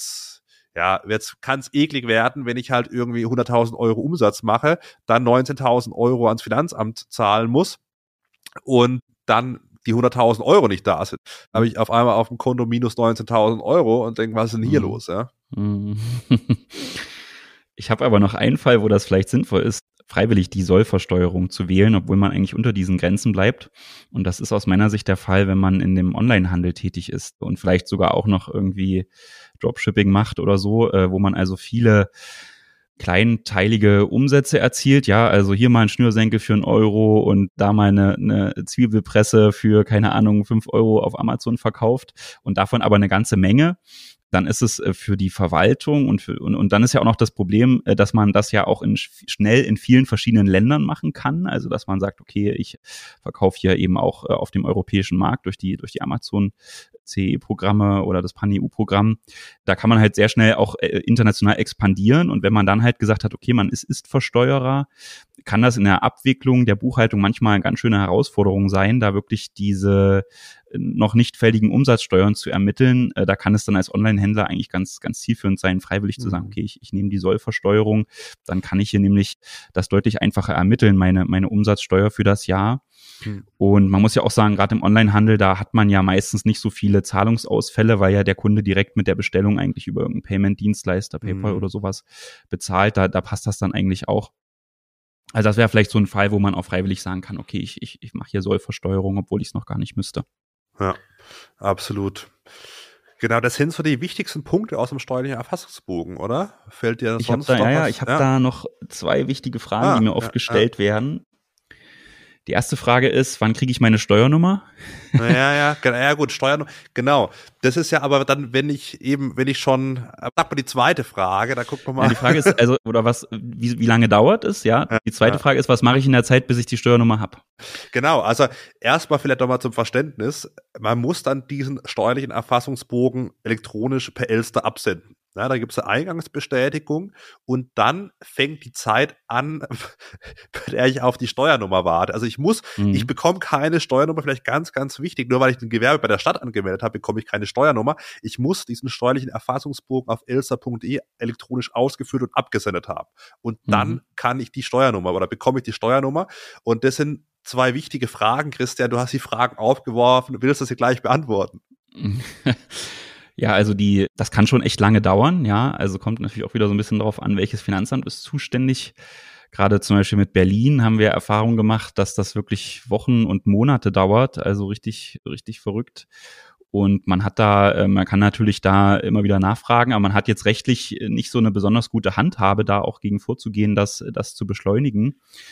kann es eklig werden, wenn ich halt irgendwie 100.000 Euro Umsatz mache, dann 19.000 Euro ans Finanzamt zahlen muss und dann die 100.000 Euro nicht da sind. Habe ich auf einmal auf dem Konto minus 19.000 Euro und denke, was ist denn hier los? Ja? Ich habe aber noch einen Fall, wo das vielleicht sinnvoll ist, freiwillig die Sollversteuerung zu wählen, obwohl man eigentlich unter diesen Grenzen bleibt. Und das ist aus meiner Sicht der Fall, wenn man in dem Onlinehandel tätig ist und vielleicht sogar auch noch irgendwie Dropshipping macht oder so, wo man also viele kleinteilige Umsätze erzielt. Ja, also hier mal ein Schnürsenkel für 1 Euro und da mal eine Zwiebelpresse für, keine Ahnung, 5 Euro auf Amazon verkauft und davon aber eine ganze Menge. Dann ist es für die Verwaltung und dann ist ja auch noch das Problem, dass man das ja auch schnell in vielen verschiedenen Ländern machen kann. Also dass man sagt, okay, ich verkaufe hier eben auch auf dem europäischen Markt durch die Amazon CE-Programme oder das Pan-EU-Programm. Da kann man halt sehr schnell auch international expandieren. Und wenn man dann halt gesagt hat, okay, man ist Versteuerer, kann das in der Abwicklung der Buchhaltung manchmal eine ganz schöne Herausforderung sein, da wirklich diese noch nicht fälligen Umsatzsteuern zu ermitteln. Da kann es dann als Online-Händler eigentlich ganz, ganz zielführend sein, freiwillig zu sagen, okay, ich nehme die Sollversteuerung, dann kann ich hier nämlich das deutlich einfacher ermitteln, meine Umsatzsteuer für das Jahr. Und man muss ja auch sagen, gerade im Onlinehandel, da hat man ja meistens nicht so viele Zahlungsausfälle, weil ja der Kunde direkt mit der Bestellung eigentlich über irgendeinen Payment-Dienstleister, PayPal oder sowas bezahlt. Da passt das dann eigentlich auch. Also das wäre vielleicht so ein Fall, wo man auch freiwillig sagen kann, okay, ich mache hier Sollversteuerung, obwohl ich es noch gar nicht müsste. Ja, absolut. Genau, das sind so die wichtigsten Punkte aus dem steuerlichen Erfassungsbogen, oder? Fällt dir sonst noch was? Ich habe da noch 2 wichtige Fragen, die mir oft gestellt werden. Die erste Frage ist, wann kriege ich meine Steuernummer? Ja, gut, Steuernummer, genau. Das ist ja aber dann, wenn ich schon, sag mal die zweite Frage, da gucken wir mal. Ja, die Frage ist, also, oder was, wie lange dauert es, ja? Die zweite Frage ist, was mache ich in der Zeit, bis ich die Steuernummer habe? Genau, also erstmal vielleicht nochmal zum Verständnis, man muss dann diesen steuerlichen Erfassungsbogen elektronisch per Elster absenden. Ja, da gibt es eine Eingangsbestätigung und dann fängt die Zeit an, bei der ich auf die Steuernummer warte. Also ich bekomme keine Steuernummer, vielleicht ganz, ganz wichtig, nur weil ich ein Gewerbe bei der Stadt angemeldet habe, bekomme ich keine Steuernummer. Ich muss diesen steuerlichen Erfassungsbogen auf elster.de elektronisch ausgefüllt und abgesendet haben. Und dann kann ich die Steuernummer oder bekomme ich die Steuernummer. Und das sind 2 wichtige Fragen, Christian. Du hast die Fragen aufgeworfen, willst du sie gleich beantworten? Ja, also das kann schon echt lange dauern, ja. Also kommt natürlich auch wieder so ein bisschen darauf an, welches Finanzamt ist zuständig. Gerade zum Beispiel mit Berlin haben wir Erfahrung gemacht, dass das wirklich Wochen und Monate dauert, also richtig, richtig verrückt. Und man kann natürlich da immer wieder nachfragen, aber man hat jetzt rechtlich nicht so eine besonders gute Handhabe, da auch gegen vorzugehen, das zu beschleunigen.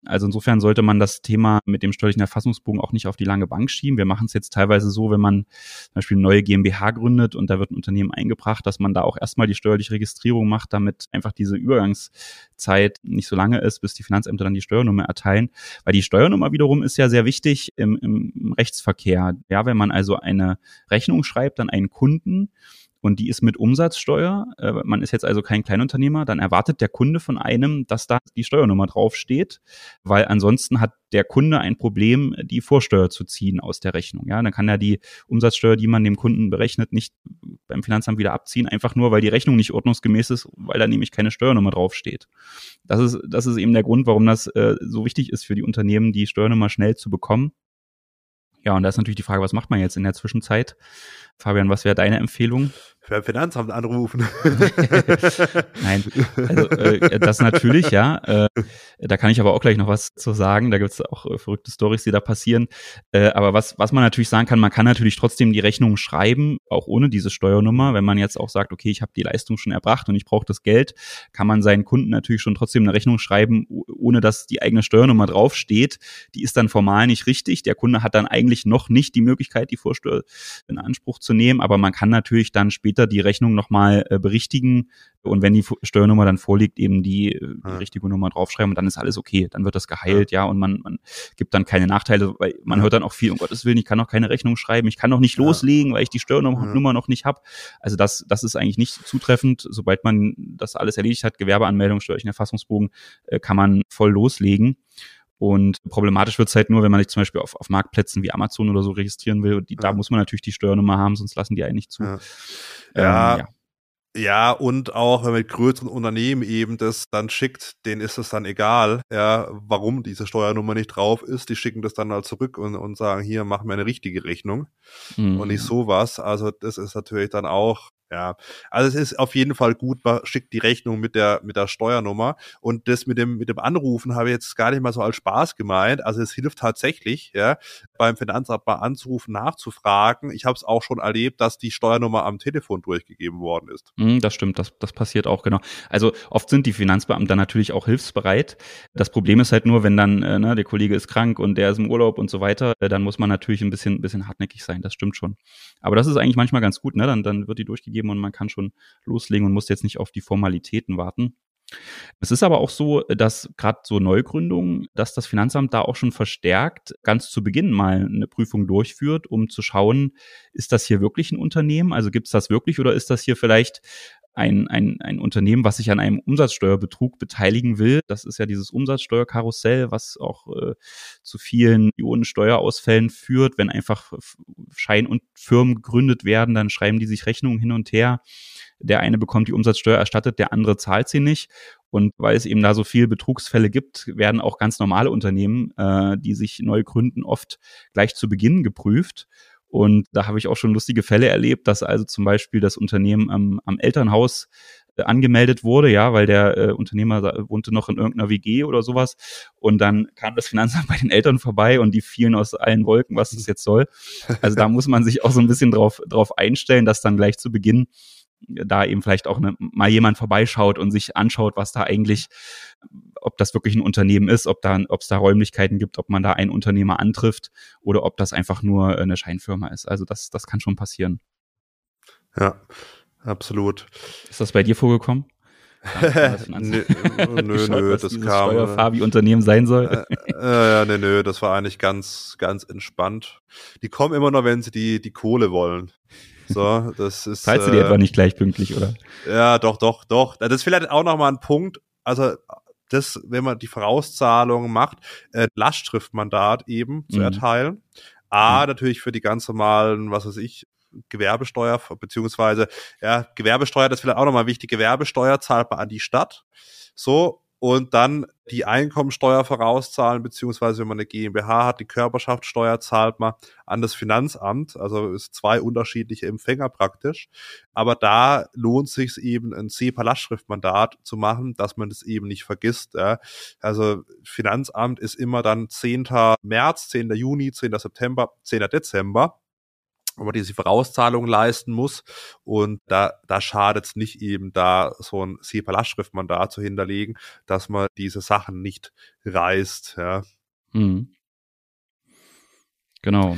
Also insofern sollte man das Thema mit dem steuerlichen Erfassungsbogen auch nicht auf die lange Bank schieben. Wir machen es jetzt teilweise so, wenn man zum Beispiel eine neue GmbH gründet und da wird ein Unternehmen eingebracht, dass man da auch erstmal die steuerliche Registrierung macht, damit einfach diese Übergangszeit nicht so lange ist, bis die Finanzämter dann die Steuernummer erteilen. Weil die Steuernummer wiederum ist ja sehr wichtig im Rechtsverkehr. Ja, wenn man also eine Rechnung schreibt an einen Kunden, und die ist mit Umsatzsteuer, man ist jetzt also kein Kleinunternehmer, dann erwartet der Kunde von einem, dass da die Steuernummer draufsteht, weil ansonsten hat der Kunde ein Problem, die Vorsteuer zu ziehen aus der Rechnung. Ja, dann kann er die Umsatzsteuer, die man dem Kunden berechnet, nicht beim Finanzamt wieder abziehen, einfach nur, weil die Rechnung nicht ordnungsgemäß ist, weil da nämlich keine Steuernummer draufsteht. Das ist eben der Grund, warum das so wichtig ist für die Unternehmen, die Steuernummer schnell zu bekommen. Ja, und da ist natürlich die Frage, was macht man jetzt in der Zwischenzeit? Fabian, was wäre deine Empfehlung? Für ein Finanzamt anrufen. Nein, also das natürlich, ja. Da kann ich aber auch gleich noch was zu sagen. Da gibt es auch verrückte Storys, die da passieren. Aber was man natürlich sagen kann, man kann natürlich trotzdem die Rechnung schreiben, auch ohne diese Steuernummer. Wenn man jetzt auch sagt, okay, ich habe die Leistung schon erbracht und ich brauche das Geld, kann man seinen Kunden natürlich schon trotzdem eine Rechnung schreiben, ohne dass die eigene Steuernummer draufsteht. Die ist dann formal nicht richtig. Der Kunde hat dann eigentlich noch nicht die Möglichkeit, die Vorsteuer in Anspruch zu nehmen. Aber man kann natürlich dann später die Rechnung nochmal berichtigen und wenn die Steuernummer dann vorliegt, eben die richtige Nummer draufschreiben und dann ist alles okay, dann wird das geheilt, ja, und man gibt dann keine Nachteile, weil man hört dann auch viel, um Gottes Willen, ich kann noch keine Rechnung schreiben, ich kann noch nicht loslegen, weil ich die Steuernummer noch nicht habe. Also das ist eigentlich nicht zutreffend. Sobald man das alles erledigt hat, Gewerbeanmeldung, steuerlichen Erfassungsbogen, kann man voll loslegen. Und problematisch wird es halt nur, wenn man sich zum Beispiel auf Marktplätzen wie Amazon oder so registrieren will. Da muss man natürlich die Steuernummer haben, sonst lassen die einen nicht zu. Ja, und auch wenn man mit größeren Unternehmen eben das dann schickt, denen ist es dann egal, ja, warum diese Steuernummer nicht drauf ist. Die schicken das dann halt zurück und sagen, hier, mach mir eine richtige Rechnung und nicht sowas. Also das ist natürlich dann auch, ja, also es ist auf jeden Fall gut, man schickt die Rechnung mit der Steuernummer und das mit dem Anrufen habe ich jetzt gar nicht mal so als Spaß gemeint. Also es hilft tatsächlich, ja, beim Finanzamt mal anzurufen, nachzufragen. Ich habe es auch schon erlebt, dass die Steuernummer am Telefon durchgegeben worden ist. Das stimmt, das passiert auch, genau. Also oft sind die Finanzbeamten dann natürlich auch hilfsbereit. Das Problem ist halt nur, wenn dann der Kollege ist krank und der ist im Urlaub und so weiter, dann muss man natürlich ein bisschen hartnäckig sein, das stimmt schon. Aber das ist eigentlich manchmal ganz gut, ne? Dann wird die durchgegeben und man kann schon loslegen und muss jetzt nicht auf die Formalitäten warten. Es ist aber auch so, dass gerade so Neugründungen, dass das Finanzamt da auch schon verstärkt ganz zu Beginn mal eine Prüfung durchführt, um zu schauen, ist das hier wirklich ein Unternehmen? Also gibt es das wirklich oder ist das hier vielleicht ein Unternehmen, was sich an einem Umsatzsteuerbetrug beteiligen will? Das ist ja dieses Umsatzsteuerkarussell, was auch zu vielen Millionen Steuerausfällen führt. Wenn einfach Schein- und Firmen gegründet werden, dann schreiben die sich Rechnungen hin und her. Der eine bekommt die Umsatzsteuer erstattet, der andere zahlt sie nicht. Und weil es eben da so viele Betrugsfälle gibt, werden auch ganz normale Unternehmen, die sich neu gründen, oft gleich zu Beginn geprüft. Und da habe ich auch schon lustige Fälle erlebt, dass also zum Beispiel das Unternehmen am Elternhaus angemeldet wurde, ja, weil der Unternehmer wohnte noch in irgendeiner WG oder sowas. Und dann kam das Finanzamt bei den Eltern vorbei und die fielen aus allen Wolken, was das jetzt soll. Also da muss man sich auch so ein bisschen drauf einstellen, dass dann gleich zu Beginn da eben vielleicht auch mal jemand vorbeischaut und sich anschaut, was da eigentlich, ob das wirklich ein Unternehmen ist, ob es da Räumlichkeiten gibt, ob man da einen Unternehmer antrifft oder ob das einfach nur eine Scheinfirma ist. Also das kann schon passieren. Ja, absolut. Ist das bei dir vorgekommen? Nö, das kam. Steuerfabi-Unternehmen sein soll. Nö, das war eigentlich ganz, ganz entspannt. Die kommen immer noch, wenn sie die Kohle wollen. So, das ist. Zahlst du die etwa nicht gleich pünktlich, oder? Ja, doch. Das ist vielleicht auch nochmal ein Punkt. Also, das, wenn man die Vorauszahlung macht, Lastschriftmandat eben zu erteilen. Natürlich für die ganz normalen, was weiß ich, Gewerbesteuer, beziehungsweise, ja, Gewerbesteuer, das ist vielleicht auch nochmal wichtig, Gewerbesteuer zahlt man an die Stadt. So, und dann die Einkommensteuer vorauszahlen, beziehungsweise wenn man eine GmbH hat, die Körperschaftssteuer zahlt man an das Finanzamt, also ist 2 unterschiedliche Empfänger praktisch. Aber da lohnt es sich eben, ein SEPA-Lastschriftmandat zu machen, dass man das eben nicht vergisst. Ja. Also Finanzamt ist immer dann 10. März, 10. Juni, 10. September, 10. Dezember. wo man diese Vorauszahlung leisten muss. Und da schadet es nicht eben, da so ein SEPA-Lastschriftmandat zu hinterlegen, dass man diese Sachen nicht reißt. Ja. Genau.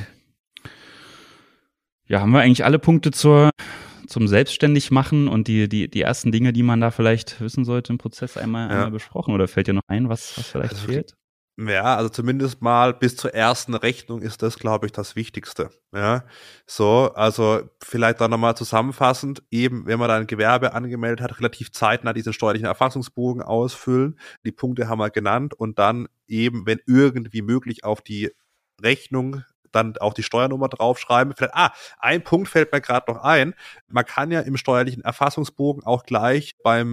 Ja, haben wir eigentlich alle Punkte zum Selbstständigmachen und die ersten Dinge, die man da vielleicht wissen sollte im Prozess einmal besprochen? Oder fällt dir noch ein, was vielleicht fehlt? Ja, also zumindest mal bis zur ersten Rechnung ist das, glaube ich, das Wichtigste. Ja, so, also vielleicht dann nochmal zusammenfassend, eben, wenn man da ein Gewerbe angemeldet hat, relativ zeitnah diesen steuerlichen Erfassungsbogen ausfüllen. Die Punkte haben wir genannt und dann eben, wenn irgendwie möglich, auf die Rechnung dann auch die Steuernummer draufschreiben. Vielleicht, ein Punkt fällt mir gerade noch ein. Man kann ja im steuerlichen Erfassungsbogen auch gleich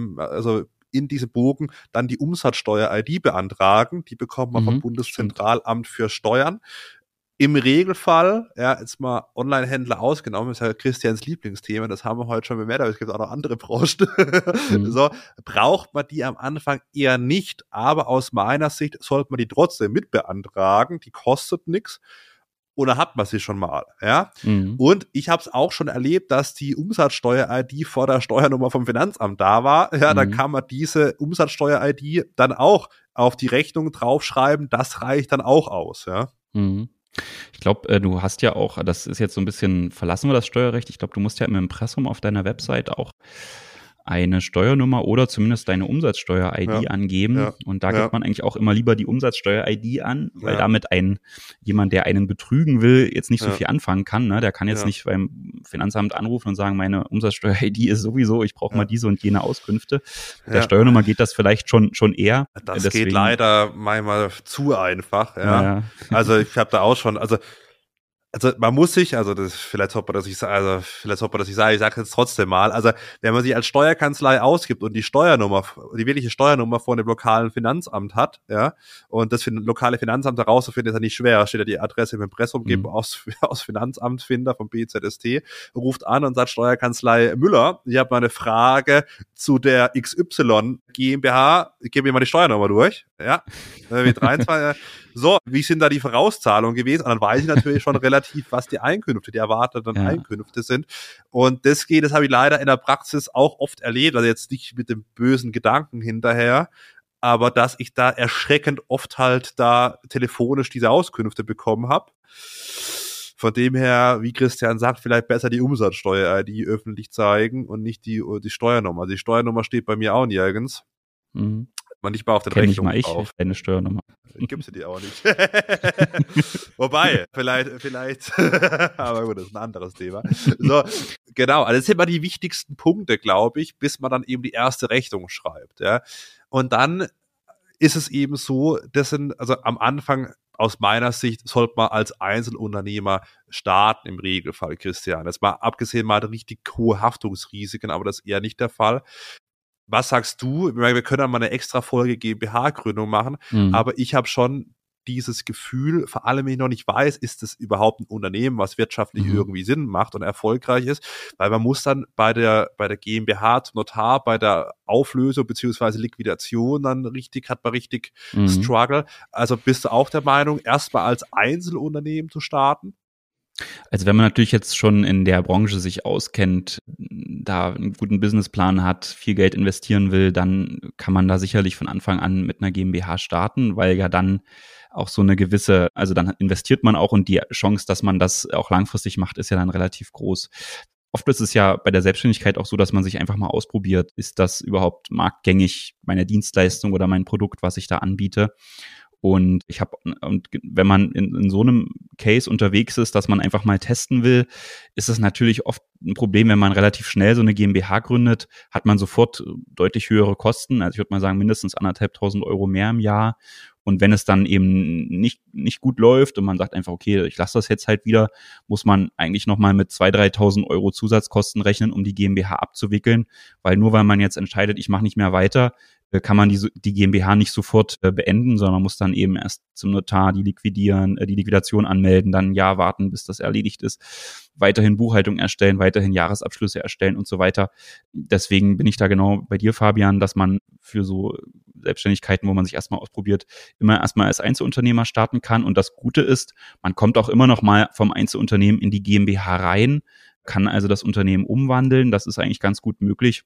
in diesem Bogen dann die Umsatzsteuer-ID beantragen. Die bekommt man vom Bundeszentralamt für Steuern. Im Regelfall, ja, jetzt mal Online-Händler ausgenommen, ist ja Christians Lieblingsthema, das haben wir heute schon bemerkt, aber es gibt auch noch andere Branchen. So, braucht man die am Anfang eher nicht, aber aus meiner Sicht sollte man die trotzdem mit beantragen, die kostet nichts. Oder hat man sie schon mal, ja? Und ich habe es auch schon erlebt, dass die Umsatzsteuer-ID vor der Steuernummer vom Finanzamt da war. Ja, dann kann man diese Umsatzsteuer-ID dann auch auf die Rechnung draufschreiben. Das reicht dann auch aus, ja. Ich glaube, du hast ja auch, das ist jetzt so ein bisschen, verlassen wir das Steuerrecht, ich glaube, du musst ja im Impressum auf deiner Website auch eine Steuernummer oder zumindest deine Umsatzsteuer-ID angeben. Ja. Und da gibt man eigentlich auch immer lieber die Umsatzsteuer-ID an, weil damit jemand, der einen betrügen will, jetzt nicht so viel anfangen kann. Ne? Der kann jetzt nicht beim Finanzamt anrufen und sagen, meine Umsatzsteuer-ID ist sowieso, ich brauche mal diese und jene Auskünfte. Mit der Steuernummer geht das vielleicht schon eher. Das geht leider manchmal zu einfach. Ja. Also ich habe da auch schon, also man muss sich, vielleicht sollte man das nicht sagen, ich sage jetzt trotzdem mal, also wenn man sich als Steuerkanzlei ausgibt und die wirkliche Steuernummer von dem lokalen Finanzamt hat, ja, und das für ein lokale Finanzamt herauszufinden, ist ja nicht schwer, steht ja die Adresse im Impressum, geben aus Finanzamt Finder vom BZST, ruft an und sagt Steuerkanzlei Müller, ich habe mal eine Frage zu der XY GmbH, gebe mir mal die Steuernummer durch, ja, W23, so, wie sind da die Vorauszahlungen gewesen? Und dann weiß ich natürlich schon relativ, was die erwarteten Einkünfte sind. Und das habe ich leider in der Praxis auch oft erlebt, also jetzt nicht mit dem bösen Gedanken hinterher, aber dass ich da erschreckend oft halt da telefonisch diese Auskünfte bekommen habe. Von dem her, wie Christian sagt, vielleicht besser die Umsatzsteuer-ID öffentlich zeigen und nicht die Steuernummer. Also die Steuernummer steht bei mir auch nirgends. Man nicht mal auf den Rechnungen drauf. Eine Steuernummer. Gibst du die auch nicht. Wobei, vielleicht, aber gut, das ist ein anderes Thema. So, genau, also das sind immer die wichtigsten Punkte, glaube ich, bis man dann eben die erste Rechnung schreibt, ja. Und dann ist es eben so, also am Anfang aus meiner Sicht sollte man als Einzelunternehmer starten im Regelfall, Christian. Das mal abgesehen mal richtig hohe Haftungsrisiken, aber das ist eher nicht der Fall. Was sagst du? Wir können mal eine extra Folge GmbH-Gründung machen, aber ich habe schon dieses Gefühl, vor allem wenn ich noch nicht weiß, ist das überhaupt ein Unternehmen, was wirtschaftlich irgendwie Sinn macht und erfolgreich ist, weil man muss dann bei der GmbH zum Notar, bei der Auflösung beziehungsweise Liquidation dann hat man richtig Struggle. Also bist du auch der Meinung, erstmal als Einzelunternehmen zu starten? Also wenn man natürlich jetzt schon in der Branche sich auskennt, da einen guten Businessplan hat, viel Geld investieren will, dann kann man da sicherlich von Anfang an mit einer GmbH starten, weil ja dann auch so eine gewisse, also dann investiert man auch und die Chance, dass man das auch langfristig macht, ist ja dann relativ groß. Oft ist es ja bei der Selbstständigkeit auch so, dass man sich einfach mal ausprobiert, ist das überhaupt marktgängig, meine Dienstleistung oder mein Produkt, was ich da anbiete. Und wenn man in so einem Case unterwegs ist, dass man einfach mal testen will, ist es natürlich oft ein Problem, wenn man relativ schnell so eine GmbH gründet, hat man sofort deutlich höhere Kosten. Also ich würde mal sagen, mindestens 1.500 Euro mehr im Jahr. Und wenn es dann eben nicht gut läuft und man sagt einfach, okay, ich lasse das jetzt halt wieder, muss man eigentlich nochmal mit 2.000, 3.000 Euro Zusatzkosten rechnen, um die GmbH abzuwickeln. Weil nur weil man jetzt entscheidet, ich mache nicht mehr weiter, kann man die GmbH nicht sofort beenden, sondern man muss dann eben erst zum Notar die Liquidation anmelden, dann ein Jahr warten, bis das erledigt ist, weiterhin Buchhaltung erstellen, weiterhin Jahresabschlüsse erstellen und so weiter. Deswegen bin ich da genau bei dir, Fabian, dass man für so Selbstständigkeiten, wo man sich erstmal ausprobiert, immer erstmal als Einzelunternehmer starten kann. Und das Gute ist, man kommt auch immer noch mal vom Einzelunternehmen in die GmbH rein, kann also das Unternehmen umwandeln. Das ist eigentlich ganz gut möglich.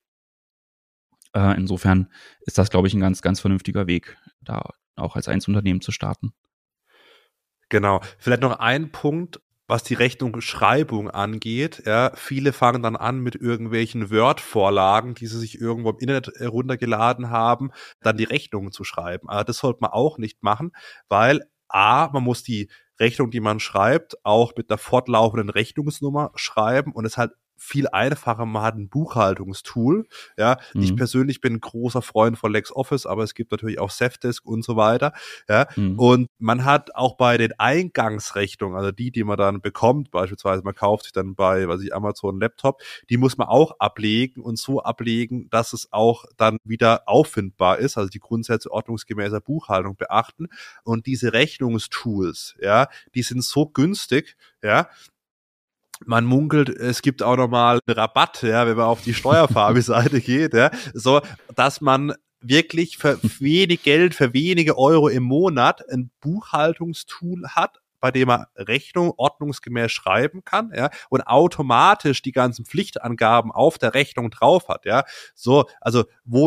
Insofern ist das, glaube ich, ein ganz, ganz vernünftiger Weg, da auch als Einzelunternehmen zu starten. Genau. Vielleicht noch ein Punkt, was die Rechnungsschreibung angeht. Ja, viele fangen dann an mit irgendwelchen Word-Vorlagen, die sie sich irgendwo im Internet runtergeladen haben, dann die Rechnungen zu schreiben. Aber das sollte man auch nicht machen, weil man muss die Rechnung, die man schreibt, auch mit einer fortlaufenden Rechnungsnummer schreiben und es halt viel einfacher, man hat ein Buchhaltungstool. Ja, ich persönlich bin ein großer Freund von LexOffice, aber es gibt natürlich auch Safdesk und so weiter. Ja, und man hat auch bei den Eingangsrechnungen, also die man dann bekommt, beispielsweise man kauft sich dann bei, Amazon einen Laptop, die muss man auch ablegen und so ablegen, dass es auch dann wieder auffindbar ist, also die Grundsätze ordnungsgemäßer Buchhaltung beachten. Und diese Rechnungstools, ja, die sind so günstig, ja, man munkelt, es gibt auch nochmal einen Rabatt, ja, wenn man auf die Steuerfabi-Seite geht, ja, so, dass man wirklich für wenig Geld, für wenige Euro im Monat ein Buchhaltungstool hat, bei dem man Rechnung ordnungsgemäß schreiben kann, ja, und automatisch die ganzen Pflichtangaben auf der Rechnung drauf hat, ja. So, also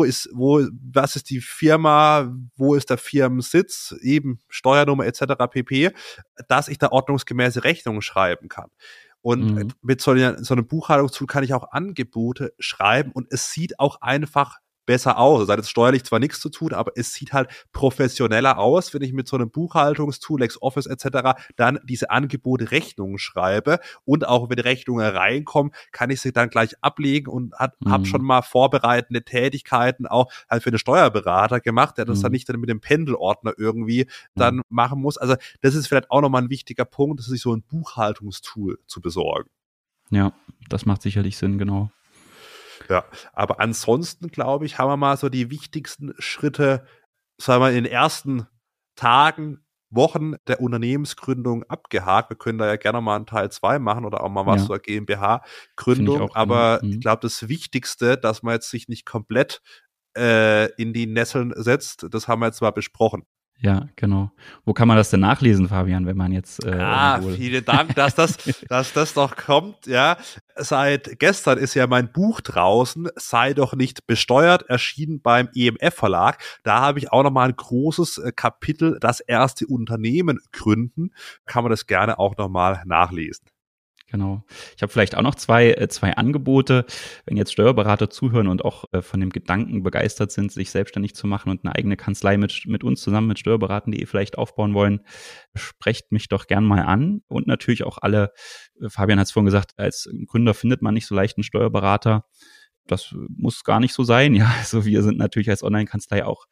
was ist die Firma, wo ist der Firmensitz, eben Steuernummer etc. pp., dass ich da ordnungsgemäße Rechnungen schreiben kann. Und mit so einem Buchhaltungstool kann ich auch Angebote schreiben und es sieht auch einfach besser aus. Es hat jetzt steuerlich zwar nichts zu tun, aber es sieht halt professioneller aus, wenn ich mit so einem Buchhaltungstool, LexOffice etc. dann diese Angebote Rechnungen schreibe und auch wenn Rechnungen reinkommen, kann ich sie dann gleich ablegen und habe schon mal vorbereitende Tätigkeiten auch halt für den Steuerberater gemacht, der das dann nicht dann mit dem Pendelordner irgendwie dann machen muss. Also das ist vielleicht auch nochmal ein wichtiger Punkt, sich so ein Buchhaltungstool zu besorgen. Ja, das macht sicherlich Sinn, genau. Ja, aber ansonsten, glaube ich, haben wir mal so die wichtigsten Schritte, sagen wir, in den ersten Tagen, Wochen der Unternehmensgründung abgehakt. Wir können da ja gerne mal einen Teil 2 machen oder auch mal was zur GmbH-Gründung. Aber ich glaube, das Wichtigste, dass man jetzt sich nicht komplett in die Nesseln setzt, das haben wir jetzt mal besprochen. Ja, genau. Wo kann man das denn nachlesen, Fabian, wenn man jetzt vielen Dank, dass das noch kommt, ja. Seit gestern ist ja mein Buch draußen, Sei doch nicht besteuert, erschienen beim EMF Verlag. Da habe ich auch nochmal ein großes Kapitel, das erste Unternehmen gründen. Kann man das gerne auch nochmal nachlesen. Genau. Ich habe vielleicht auch noch zwei Angebote, wenn jetzt Steuerberater zuhören und auch von dem Gedanken begeistert sind, sich selbstständig zu machen und eine eigene Kanzlei mit uns zusammen mit steuerberaten.de vielleicht aufbauen wollen, sprecht mich doch gern mal an. Und natürlich auch alle, Fabian hat es vorhin gesagt, als Gründer findet man nicht so leicht einen Steuerberater. Das muss gar nicht so sein. Ja, also wir sind natürlich als Online-Kanzlei auch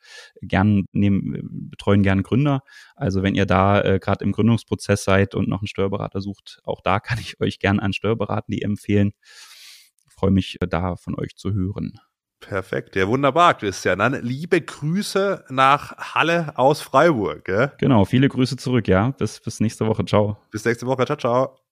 betreuen gern Gründer. Also wenn ihr da gerade im Gründungsprozess seid und noch einen Steuerberater sucht, auch da kann ich euch gern an Steuerberaten.de empfehlen. Ich freue mich, da von euch zu hören. Perfekt, ja, wunderbar, Christian. Dann liebe Grüße nach Halle aus Freiburg. Gell? Genau, viele Grüße zurück, ja. Bis nächste Woche. Ciao. Bis nächste Woche. Ciao, ciao.